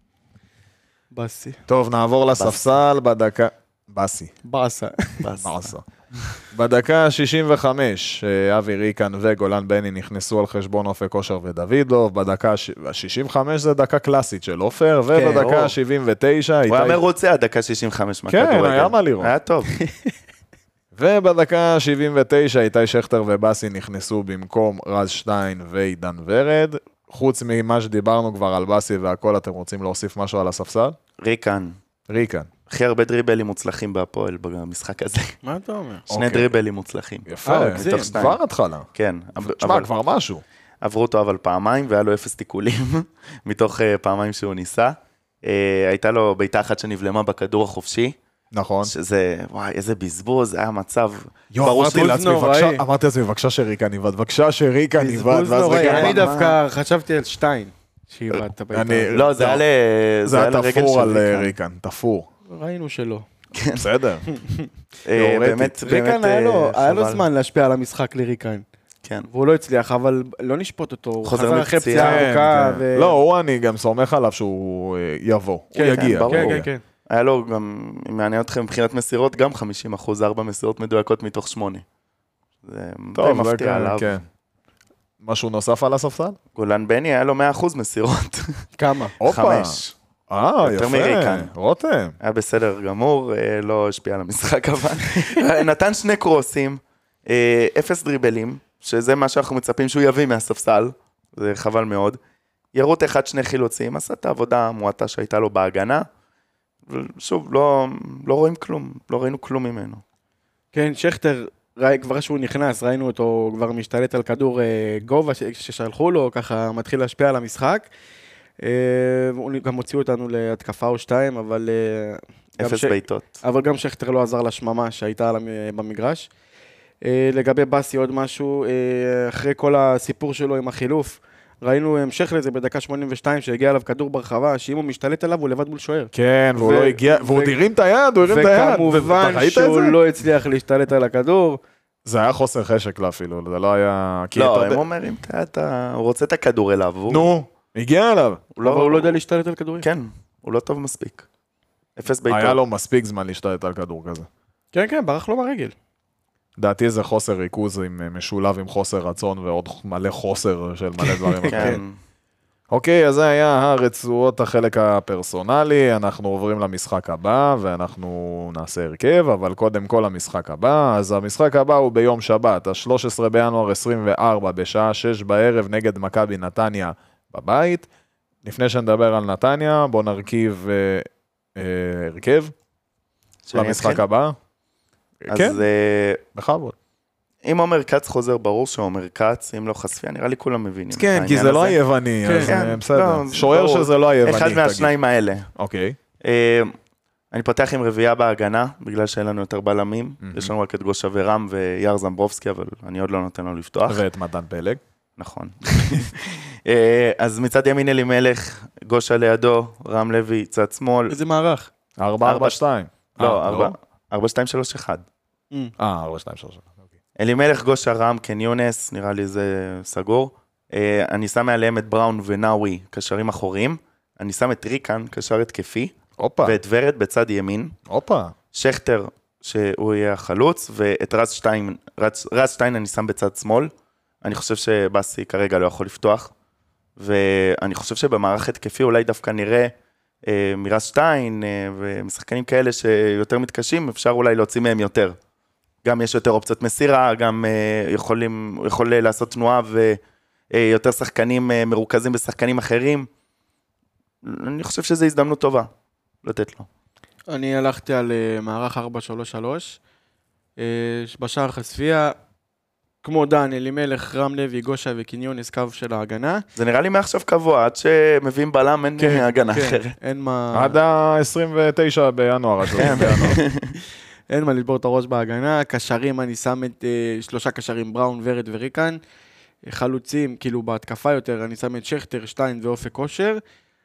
בסי. טוב, נעבור לספסל בדקה... בסי. בסה. בסה. בדקה שישים וחמש, אבי ריקן וגולן בני נכנסו על חשבון אופק כושר ודוידוב, בדקה שישים וחמש זה דקה קלאסית של אופר, ובדקה שבעים ותשע... הוא היה מרוצה הדקה שישים וחמש מהכדורגל. כן, היה מה לראות. היה טוב. ובדקה שבעים ותשע איתי שכטר ובאסי נכנסו במקום רז שטיין ועידן ורד. חוץ ממה שדיברנו כבר על באסי והכל, אתם רוצים להוסיף משהו על הספסל? ריקן. ריקן. הכי הרבה דריבלים מוצלחים בהפועל במשחק הזה. מה אתה אומר? שני דריבלים מוצלחים. יפה, כבר התחלה. כן. תשמע, כבר משהו. עברו אותו אבל פעמיים, והיה לו אפס תיקולים, מתוך פעמיים שהוא ניסה. הייתה לו ביתה אחת שנבלמה בכדור החופשי. נכון. שזה, וואי, איזה בזבוז, היה מצב... יו, אמרתי לעצמי, אמרתי לעצמי, בבקשה שריקה ניבד, בבקשה שריקה ניבד. בזבוז נוראי, אני דווקא חשבתי על שטיין, שיבד את הביתה. לא, זה היה לרגל של ריקן. זה היה תפור על ריקן, תפור. ראינו שלא. בסדר. באמת, ריקן היה לו זמן להשפיע על המשחק לריקן. כן. והוא לא הצליח, אבל לא נשפוט אותו. הוא חוזר אחרי פציעה ארוכה. לא, הוא אני גם סומך עליו שהוא יבוא. הוא יגיע. כן, כן, כן. היה לו גם, אם מעניין אתכם מבחינת מסירות, גם חמישים אחוז, ארבע מסירות מדויקות מתוך שמונה. זה די מפתיע עליו. משהו נוסף על הספסל? גולן בני היה לו מאה אחוז מסירות. כמה? חמש. אה, יפה, רותם. היה בסדר גמור, לא השפיע על המשחק אבל. נתן שני קרוסים, אפס דריבלים, שזה מה שאנחנו מצפים שהוא יביא מהספסל, זה חבל מאוד. ירות אחד שני חילוצים, עשה את העבודה המועטה שהייתה לו בהגנה, שוב, לא, לא רואים כלום, לא ראינו כלום ממנו. כן, שכטר, כבר שהוא נכנס, ראינו אותו כבר משתלט על כדור גובה ששלחו לו, ככה מתחיל להשפיע על המשחק. גם הוציאו אותנו להתקפה או שתיים, אבל... אפס ביתות. אבל גם שכטר לא עזר לשממה שהייתה במגרש. לגבי בסי עוד משהו, אחרי כל הסיפור שלו עם החילוף, ראינו המשך לזה בדקה שמונים ושתיים שהגיע עליו כדור ברחבה, שאם הוא משתלט עליו הוא לבד מול שוער. כן, והוא לא הגיע, והוא הרים את היד, הוא הרים את היד. וכמובן שהוא לא הצליח להשתלט על הכדור. זה היה חוסר חשק לה אפילו, זה לא היה... לא, הם אומרים, הוא רוצה את הכדור אליו. נו, הגיע אליו. אבל הוא לא יודע להשתלט על כדורים. כן, הוא לא טוב מספיק. אפס ביתו. היה לו מספיק זמן להשתלט על כדור כזה. כן, כן, ברח לו מהרגל. דעתי זה חוסר ריכוז עם משולב עם חוסר רצון ועוד מלא חוסר של מלא דברים. כן. אוקיי, אז זה היה הרצועות החלק הפרסונלי, אנחנו עוברים למשחק הבא ואנחנו נעשה הרכב, אבל קודם כל המשחק הבא, אז המשחק הבא הוא ביום שבת, ה-שלושה עשר בינואר עשרים וארבע, בשעה שש בערב נגד מכבי נתניה בבית. לפני שנדבר על נתניה, בוא נרכיב אה, אה, הרכב למשחק הבא. כן, בכבוד. אם אומר קץ חוזר, ברור שאומר קץ, אם לא חשפיה, נראה לי כולם מבינים. כן, כי זה לא היווני, בסדר. שוער שזה לא היווני. אחד מהשניים האלה. אוקיי. אני פותח עם רביעייה בהגנה, בגלל שאין לנו יותר בלמים. יש לנו רק את גושה ורם ויאר זמברובסקי, אבל אני עוד לא נותן לו לפתוח. ואת מתן פלג. נכון. אז מצד ימין אלימלך, גושה לידו, רם לוי, צד שמאל. איזה מערך? ארבע ארבע שתיים. לא, ארבע שתיים שלוש אחת. אה, ארבע שתיים שלוש אחת. אלימלך, גושה, רם, קן יונס, נראה לי זה סגור. אני שם מעליהם את בראון ונאווי, קשרים אחוריים. אני שם את ריקן, קשר התקפי. הופה. ואת ורד בצד ימין. הופה. שכטר, שהוא יהיה החלוץ, ואת רז שטיין, רז, רז שטיין אני שם בצד שמאל. אני חושב שבאסי כרגע לא יכול לפתוח. ואני חושב שבמערך התקפי אולי דווקא נראה אה, מרז שטיין אה, ומשחקנים כאלה שיותר מתקשים, אפשר אולי להוציא מהם יותר. גם יש יותר אופציות מסירה, גם אה, יכולים, יכול לעשות תנועה ויותר שחקנים אה, מרוכזים בשחקנים אחרים. אני חושב שזו הזדמנות טובה לתת לו. אני הלכתי על uh, מערך ארבע שלוש שלוש, uh, בשער חשפיה, כמו דן, אלימלך, רם לוי, גושה וקניונס, קו של ההגנה. זה נראה לי מעכשיו קבוע, עד שמביאים בלם אין כן, הגנה כן, אחרת. אין מה... עד ה-עשרים ותשעה בינואר. אין מה לשבור את הראש בהגנה. קשרים, אני שם את uh, שלושה קשרים, בראון, ורד וריקן. חלוצים, כאילו בהתקפה יותר, אני שם את שכטר, שטיין ואופק כושר,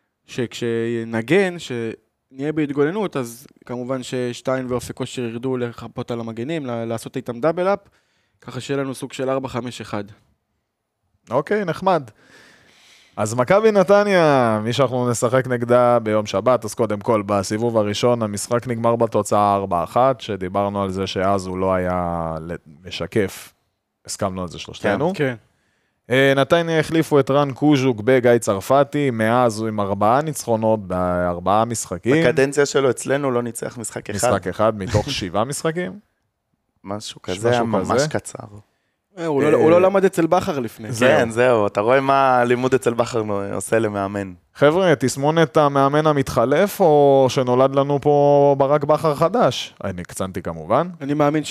שכשנגן, ש... נהיה בהתגוננות, אז כמובן ששטיין ואופק כושר ירדו לחפות על המגנים, לעשות איתם דאבל אפ, ככה שיהיה לנו סוג של ארבע חמש אחת. אוקיי, נחמד. אז מכבי נתניה, מי שאנחנו נשחק נגדה ביום שבת, אז קודם כל, בסיבוב הראשון, המשחק נגמר בתוצאה ארבע אחת, שדיברנו על זה שאז הוא לא היה משקף, הסכמנו על זה שלושתנו. כן. נתניה החליפו את רן קוז'וק בגיא צרפתי, מאז הוא עם ארבעה ניצחונות בארבעה משחקים. בקדנציה שלו אצלנו לא ניצח משחק אחד. משחק אחד מתוך שבעה משחקים. משהו כזה, ממש קצר. הוא לא למד אצל בחר לפני. כן, זהו, אתה רואה מה הלימוד אצל בחר עושה למאמן. חבר'ה, תסמונת המאמן המתחלף, או שנולד לנו פה ברק בחר חדש? אני קצנתי כמובן. אני מאמין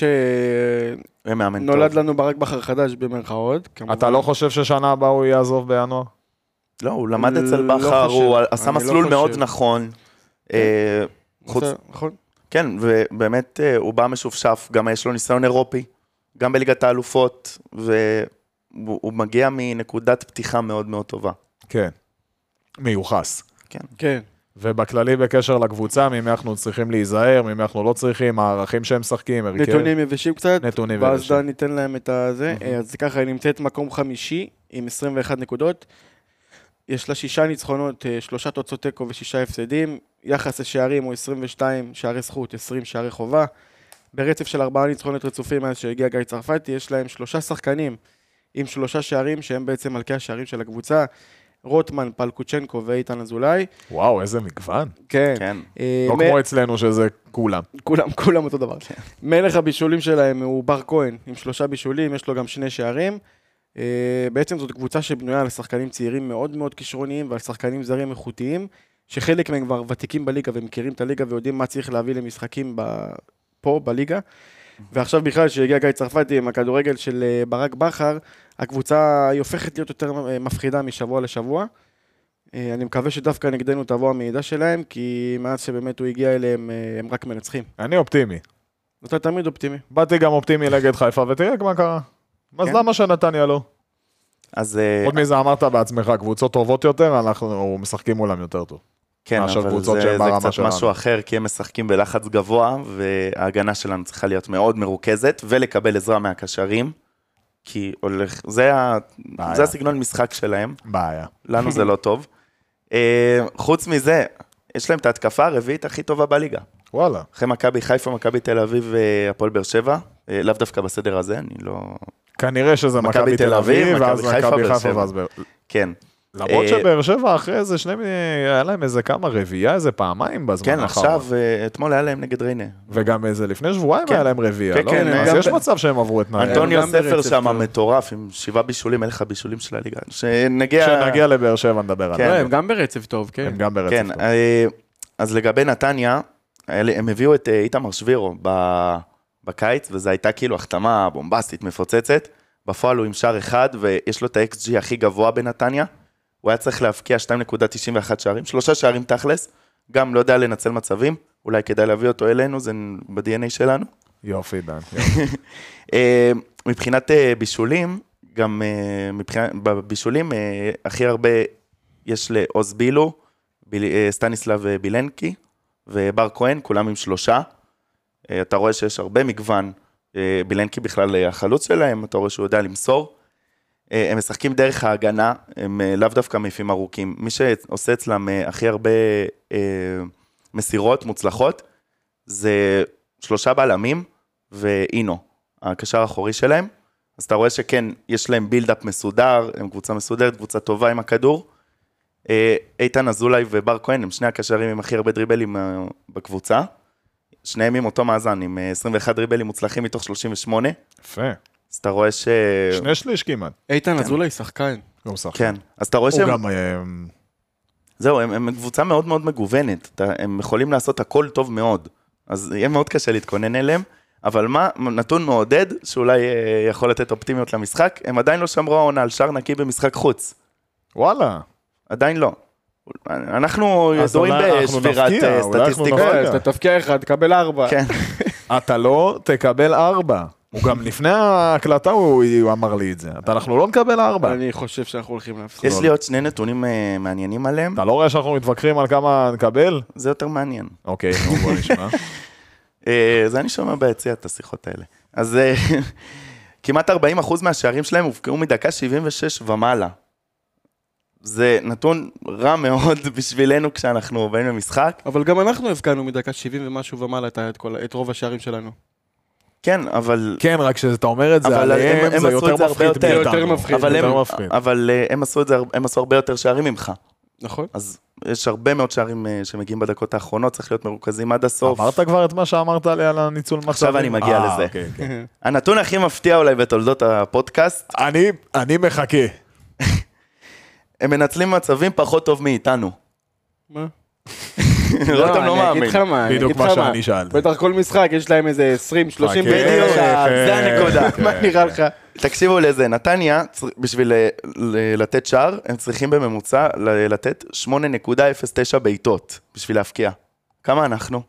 שנולד לנו ברק בחר חדש במרכאות. אתה לא חושב ששנה הבאה הוא יעזוב בינואר? לא, הוא למד אצל בחר, הוא עשה מסלול מאוד נכון. נכון. כן, ובאמת הוא בא משופשף, גם יש לו ניסיון אירופי, גם בליגת האלופות, והוא מגיע מנקודת פתיחה מאוד מאוד טובה. כן. מיוחס. כן. כן. ובכללי בקשר לקבוצה, ממי אנחנו צריכים להיזהר, ממי אנחנו לא צריכים, הערכים שהם משחקים, הרכב. נתונים יבשים קצת, נתונים ואז יבשים. דן ניתן להם את הזה. אז ככה, היא נמצאת מקום חמישי, עם עשרים ואחת נקודות. יש לה שישה ניצחונות, שלושה תוצאות תיקו ושישה הפסדים. יחס השערים הוא עשרים ושתיים שערי זכות, עשרים שערי חובה. ברצף של ארבעה ניצחונות רצופים, מאז שהגיע גיא צרפתי, יש להם שלושה שחקנים עם שלושה שערים, שהם בעצם מלכי השערים של הקבוצה. רוטמן, פלקוצ'נקו ואיתן אזולאי. וואו, איזה מגוון. כן. כן. לא כמו אצלנו שזה כולם. כולם, כולם אותו דבר. מלך הבישולים שלהם הוא בר כהן, עם שלושה בישולים, יש לו גם שני שערים. בעצם זאת קבוצה שבנויה על שחקנים צעירים מאוד מאוד כישרוניים, ועל שחקנים זרים איכותיים, שחלק מהם כבר ותיקים בליגה ומכירים את הליגה ויודעים מה צריך להביא למשחקים פה בליגה. ועכשיו בכלל שהגיע גיא צרפתי עם הכדורגל של ברק בחר, הקבוצה היא הופכת להיות יותר מפחידה משבוע לשבוע. אני מקווה שדווקא נגדנו תבוא המידע שלהם, כי מאז שבאמת הוא הגיע אליהם, הם רק מנצחים. אני אופטימי. אתה תמיד אופטימי. באתי גם אופטימי נגד חיפה, ותראה מה קרה. אז למה שנתניה לא? אז... עוד מזה אמרת בעצמך, קבוצות טובות יותר, אנחנו משחקים מולם יותר טוב. כן, אבל זה, זה קצת שלנו. משהו אחר, כי הם משחקים בלחץ גבוה, וההגנה שלנו צריכה להיות מאוד מרוכזת, ולקבל עזרה מהקשרים, כי הולך, זה, ה, זה הסגנון משחק שלהם. בעיה. לנו זה לא טוב. חוץ מזה, יש להם את ההתקפה הרביעית הכי טובה בליגה. וואלה. אחרי מכבי חיפה, מכבי תל אביב והפועל באר שבע, לאו דווקא בסדר הזה, אני לא... כנראה שזה מכבי תל אביב, ואז מכבי חיפה, ואז באר שבע. כן. למרות שבאר שבע אחרי איזה שני, היה להם איזה כמה רביעייה, איזה פעמיים בזמן האחרון. כן, עכשיו, אתמול היה להם נגד ריינה. וגם איזה לפני שבועיים היה להם רביעייה, לא? אז יש מצב שהם עברו את נאי. אנטוניו ספר שם מטורף, עם שבעה בישולים, אין לך בישולים של הליגה. כשנגיע לבאר שבע נדבר עליהם. הם גם ברצף טוב, כן. הם גם ברצף טוב. אז לגבי נתניה, הם הביאו את איתמר שבירו בקיץ, וזו הייתה כאילו החתמה בומבסטית מפוצצת. בפועל הוא עם שער אחד, ויש לו את ה-אקס ג'י הכי גבוה בנתניה. הוא היה צריך להפקיע שתיים נקודה תשעים ואחת שערים, שלושה שערים תכלס, גם לא יודע לנצל מצבים, אולי כדאי להביא אותו אלינו, זה ב-די אן איי שלנו. יופי, דן. מבחינת בישולים, גם uh, מבחינת, בבישולים, uh, הכי הרבה יש לעוז בילו, ביל, uh, סטניסלב בילנקי ובר כהן, כולם עם שלושה. Uh, אתה רואה שיש הרבה מגוון, uh, בילנקי בכלל החלוץ שלהם, אתה רואה שהוא יודע למסור. Uh, הם משחקים דרך ההגנה, הם uh, לאו דווקא מעיפים ארוכים. מי שעושה אצלם uh, הכי הרבה uh, מסירות מוצלחות, זה שלושה בלמים ואינו, הקשר האחורי שלהם. אז אתה רואה שכן, יש להם בילדאפ מסודר, הם קבוצה מסודרת, קבוצה טובה עם הכדור. איתן אזולאי ובר כהן, הם שני הקשרים עם הכי הרבה דריבלים בקבוצה. שניהם עם אותו מאזן, עם עשרים ואחד דריבלים מוצלחים מתוך שלושים ושמונה. יפה. אז אתה רואה ש... שני שליש כמעט. איתן אזולאי שחקן. הוא שחקן. כן, אז אתה רואה הוא שהם... גם... זהו, הם, הם קבוצה מאוד מאוד מגוונת. הם יכולים לעשות הכל טוב מאוד. אז יהיה מאוד קשה להתכונן אליהם. אבל מה, נתון מעודד, שאולי יכול לתת אופטימיות למשחק, הם עדיין לא שמרו העונה על שער נקי במשחק חוץ. וואלה. עדיין לא. אנחנו ידועים בשבירת סטטיסטיקות. אתה תפקיע אחד, תקבל ארבע. כן. אתה לא תקבל ארבע. הוא גם לפני ההקלטה הוא אמר לי את זה. אנחנו לא נקבל ארבע. אני חושב שאנחנו הולכים להפסיד. יש לי עוד שני נתונים מעניינים עליהם. אתה לא רואה שאנחנו מתווכחים על כמה נקבל? זה יותר מעניין. אוקיי, נו בוא נשמע. זה אני שומע ביציע את השיחות האלה. אז כמעט ארבעים אחוז מהשערים שלהם הופקעו מדקה שבעים ושש ומעלה. זה נתון רע מאוד בשבילנו כשאנחנו באים למשחק. אבל גם אנחנו הבקענו מדקה שבעים ומשהו ומעלה את, כל, את רוב השערים שלנו. כן, אבל... כן, רק כשאתה אומר את זה עליהם, זה יותר מפחיד מאיתנו. אבל הם עשו את זה, הם עשו הרבה יותר שערים ממך. נכון. אז יש הרבה מאוד שערים שמגיעים בדקות האחרונות, צריך להיות מרוכזים עד הסוף. אמרת כבר את מה שאמרת לי על הניצול מצבים? עכשיו אני מגיע לזה. הנתון הכי מפתיע אולי בתולדות הפודקאסט. אני מחכה. הם מנצלים מצבים פחות טוב מאיתנו. מה? לא, אתם לא מאמין. בדיוק מה שאני שאלתי. בטח כל משחק יש להם איזה עשרים שלושים בדיוק, זה הנקודה. מה נראה לך? תקשיבו לזה, נתניה, בשביל לתת שער, הם צריכים בממוצע לתת שמונה נקודה אפס תשע בעיטות, בשביל להפקיע. כמה אנחנו?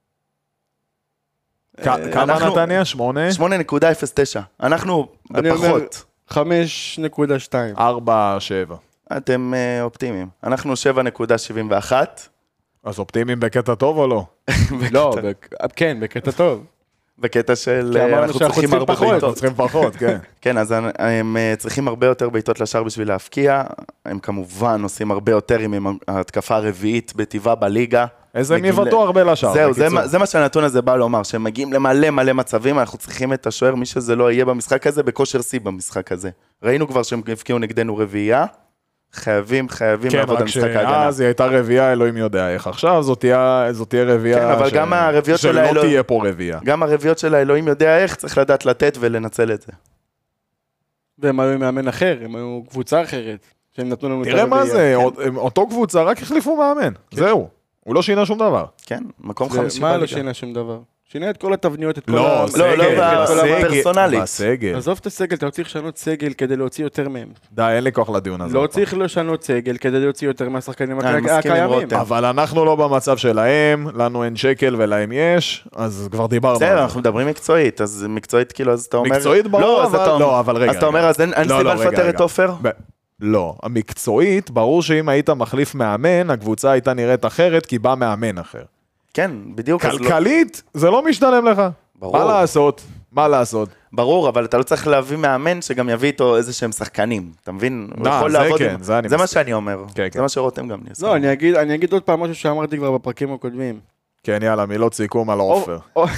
כמה נתניה? שמונה? שמונה נקודה אפס תשע. אנחנו בפחות. חמש נקודה שתיים. ארבע, שבע. אתם אופטימיים. אנחנו שבע נקודה שבעים ואחת. אז אופטימיים בקטע טוב או לא? לא, כן, בקטע טוב. בקטע של... אנחנו צריכים הרבה בעיטות. צריכים פחות, כן. כן, אז הם צריכים הרבה יותר בעיטות לשער בשביל להפקיע. הם כמובן עושים הרבה יותר עם ההתקפה הרביעית בטבעה בליגה. איזה הם יבטאו הרבה לשער. זהו, זה מה שהנתון הזה בא לומר, שהם מגיעים למלא מלא מצבים, אנחנו צריכים את השוער, מי שזה לא יהיה במשחק הזה, בכושר שיא במשחק הזה. ראינו כבר שהם הפקיעו נגדנו רביעייה, חייבים, חייבים לעבוד על משחק ההגנה. כן, רק שאז היא הייתה רביעייה, אלוהים יודע איך. עכשיו זאת תהיה רביעייה שלא תהיה פה רביעייה. גם הרביעיות של האלוהים יודע איך, צריך לדעת לתת ולנצל את זה. והם היו מאמן אחר, הם היו קבוצה אחרת, שהם נתנו לנו את הרביעייה. תראה מה זה, אותו קבוצה, רק החליפו מאמן, זהו. הוא לא שינה שום דבר. כן, מקום חמישי בליגה. מה לא שינה שום דבר? שינה את כל התבניות, את כל לא, סגל, לא, פרסונלית. בסגל. עזוב את הסגל, אתה לא צריך לשנות סגל כדי להוציא יותר מהם. די, אין לי כוח לדיון הזה. לא צריך לשנות סגל כדי להוציא יותר מהשחקנים הקיימים. אבל אנחנו לא במצב שלהם, לנו אין שקל ולהם יש, אז כבר דיברנו. בסדר, אנחנו מדברים מקצועית, אז מקצועית כאילו, אז אתה אומר... מקצועית ברור, אבל רגע. אז אתה אומר, אז אין סיבה לפטר את עופר? לא, המקצועית, ברור שאם היית מחליף מאמן, הקבוצה הייתה נראית אחרת, כי בא מאמן אחר. כן, בדיוק. כלכלית, זה לא משתלם לך. מה לעשות? מה לעשות? ברור, אבל אתה לא צריך להביא מאמן שגם יביא איתו איזה שהם שחקנים. אתה מבין? הוא יכול לעבוד עם... זה מה שאני אומר. זה מה שרותם גם ניסה. לא, אני אגיד עוד פעם משהו שאמרתי כבר בפרקים הקודמים. כן, יאללה, מילות סיכום על עופר.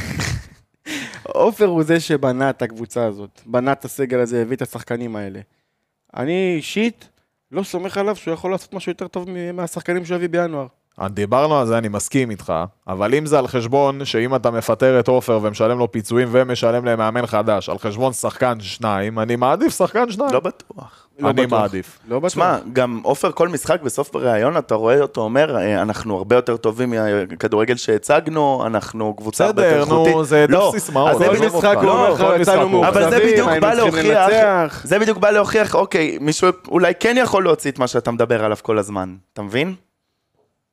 עופר הוא זה שבנה את הקבוצה הזאת. בנה את הסגל הזה, הביא את השחקנים האלה. אני אישית לא סומך עליו שהוא יכול לעשות משהו יותר טוב מהשחקנים שהוא הביא בינואר. דיברנו על זה, אני מסכים איתך, אבל אם זה על חשבון שאם אתה מפטר את עופר ומשלם לו פיצויים ומשלם למאמן חדש, על חשבון שחקן שניים, אני מעדיף שחקן שניים. לא בטוח. אני מעדיף. לא בטוח. שמה, גם עופר כל משחק בסוף בראיון, אתה רואה אותו אומר, אנחנו הרבה יותר טובים מהכדורגל שהצגנו, אנחנו קבוצה הרבה יותר חוטית. בסדר, נו, זה דף סיסמאות. זה במשחק לא יצאנו מאוכזבים, אבל זה בדיוק בא להוכיח, זה בדיוק בא להוכיח, אוקיי, מישהו אולי כן יכול להוציא את מה שאתה מדבר עליו כל הזמן, אתה מבין?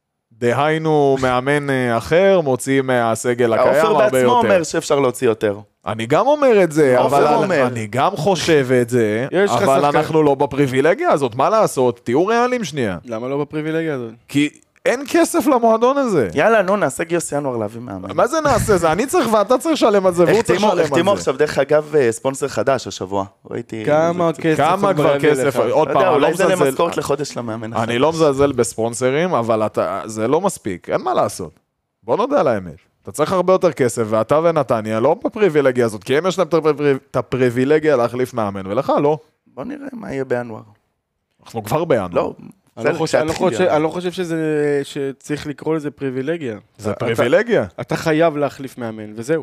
דהיינו מאמן אחר, מוציא מהסגל הקיים הרבה יותר. עופר בעצמו אומר שאפשר להוציא יותר. אני גם אומר את זה, עופר אבל אומר. אני גם חושב את זה, יש לך אבל שחקן. אנחנו לא בפריבילגיה הזאת, מה לעשות? תהיו ריאליים שנייה. למה לא בפריבילגיה הזאת? כי אין כסף למועדון הזה. יאללה, נו, נעשה גיוס ינואר להביא מאמן. מה זה נעשה? זה אני צריך ואתה צריך לשלם על זה, והוא צריך החתימו- לשלם החתימו על זה. עכשיו, דרך אגב, ספונסר חדש השבוע. ראיתי... כמה זה- כסף כמה הוא כבר יביא כסף, לך? עוד לא פעם, יודע, אני לא אולי זה מזלזל, למשכורת לחודש למאמן. אחד. אני לא מזלזל בספונסרים, אבל אתה- זה לא מספיק, אין מה לעשות. בוא נודה על האמת. אתה צריך הרבה יותר כסף, ואתה ונתניה לא בפריבילגיה הזאת, כי הם יש להם את הפריב- את הפריבילגיה להחליף מאמן, ולך לא. בוא נראה מה יהיה בינואר. אנחנו כבר בינואר. לא, אני לא בסדר, חושב- אני לא כשיתחיל חושב- ינואר. אני לא חושב שזה- שצריך לקרוא לזה פריבילגיה. זה אתה- פריבילגיה. אתה חייב להחליף מאמן, וזהו.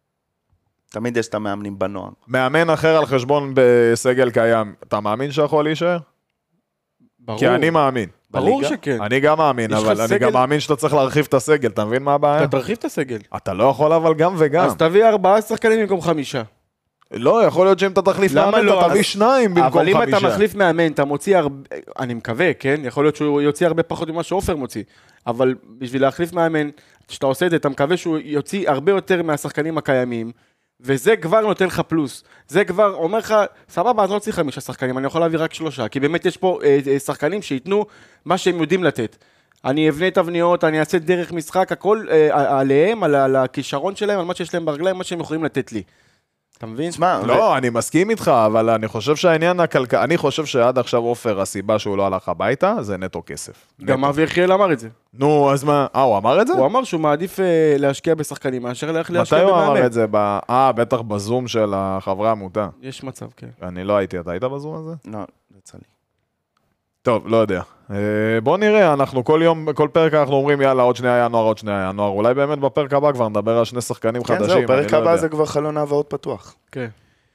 תמיד יש את המאמנים בנוער. מאמן אחר על חשבון בסגל קיים, אתה מאמין שיכול להישאר? ברור. כי אני מאמין. ברור בליגה? שכן. אני גם מאמין, יש לך אבל אני סגל- גם מאמין שאתה צריך להרחיב את הסגל, אתה מבין מה הבעיה? אתה תרחיב את הסגל. אתה לא יכול אבל גם וגם. אז תביא ארבעה שחקנים במקום חמישה. לא, יכול להיות שאם אתה תחליף למה מאמן, לא? אתה תביא אז- שניים במקום אבל אם חמישה. אתה מחליף מאמן, אתה מוציא הרבה, אני מקווה, כן? יכול להיות שהוא יוציא הרבה פחות ממה שעופר מוציא. אבל בשביל להחליף מאמן, כשאתה עושה את זה, אתה מקווה שהוא יוציא הרבה יותר מהשחקנים הקיימים, וזה כבר נותן לך פלוס. זה כבר אומר לך, סבבה, אני לא צריך חמישה שחקנים, אני יכול להביא רק שלושה, כי באמת יש פה אה, אה, שחקנים שייתנו מה שהם יודעים לתת. אני אבנה תבניות, אני אעשה דרך משחק, הכל אה, עליהם, על, על הכישרון שלהם, על מה שיש להם ברגליים, מה שהם יכולים לתת לי. אתה מבין? תשמע, לא, אני מסכים איתך, אבל אני חושב שהעניין הכלכלי, אני חושב שעד עכשיו עופר, הסיבה שהוא לא הלך הביתה, זה נטו כסף. גם אבי יחיאל אמר את זה. נו, אז מה? אה, הוא אמר את זה? הוא אמר שהוא מעדיף אה, להשקיע בשחקנים מאשר ללכת מתי להשקיע הוא במאמן. אמר את זה? ב- אה, בטח בזום של החברי עמותה. יש מצב, כן. אני לא הייתי, אתה היית בזום הזה? לא, לא יצא לי. טוב, לא יודע. אה, בוא נראה, אנחנו כל יום, כל פרק אנחנו אומרים, יאללה, עוד שנייה ינואר, עוד שנייה ינואר. אולי באמת בפרק הבא כבר נדבר על שני שחקנים כן, חדשים. זהו, אני פרק לא הבא יודע. זה כבר חלון העברות פתוח. כן.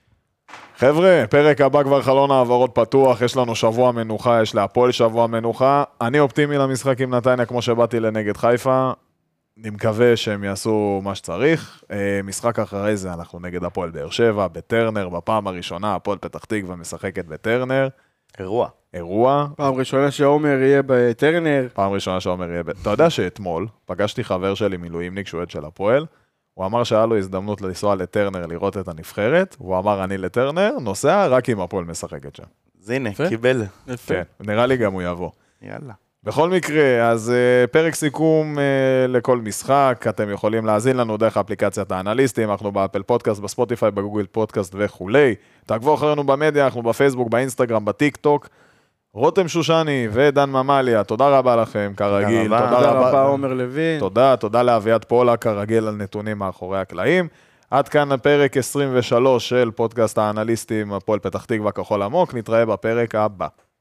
חבר'ה, פרק הבא כבר חלון העברות פתוח, יש לנו שבוע מנוחה, יש להפועל שבוע מנוחה. אני אופטימי למשחק עם נתניה כמו שבאתי לנגד חיפה. אני מקווה שהם יעשו מה שצריך. אה, משחק אחרי זה אנחנו נגד הפועל באר שבע, בטרנר, בפעם הראשונה הפועל פתח תקווה משחקת בטרנר. אירוע. אירוע, פעם ראשונה שעומר יהיה בטרנר. פעם ראשונה שעומר יהיה... ב- אתה יודע שאתמול פגשתי חבר שלי מילואימניק שהוא עד של הפועל, הוא אמר שהיה לו הזדמנות לנסוע לטרנר לראות את הנבחרת, הוא אמר אני לטרנר, נוסע רק אם הפועל משחקת שם. אז הנה, יפה. קיבל. יפה. כן, נראה לי גם הוא יבוא. יאללה. בכל מקרה, אז uh, פרק סיכום uh, לכל משחק, אתם יכולים להאזין לנו דרך אפליקציית האנליסטים, אנחנו באפל פודקאסט, בספוטיפיי, בגוגל פודקאסט וכולי. תעקבו אחרינו במדיה, אנחנו בפייסבוק, באינסטגרם, בטיק טוק. רותם שושני ודן ממליה, תודה רבה לכם, כרגיל. רבה. תודה רבה, עומר לוין. תודה, תודה לאביעד פולה, כרגיל על נתונים מאחורי הקלעים. עד כאן הפרק עשרים ושלוש של פודקאסט האנליסטים, הפועל פתח תקווה כחול עמוק, נתראה בפרק הבא.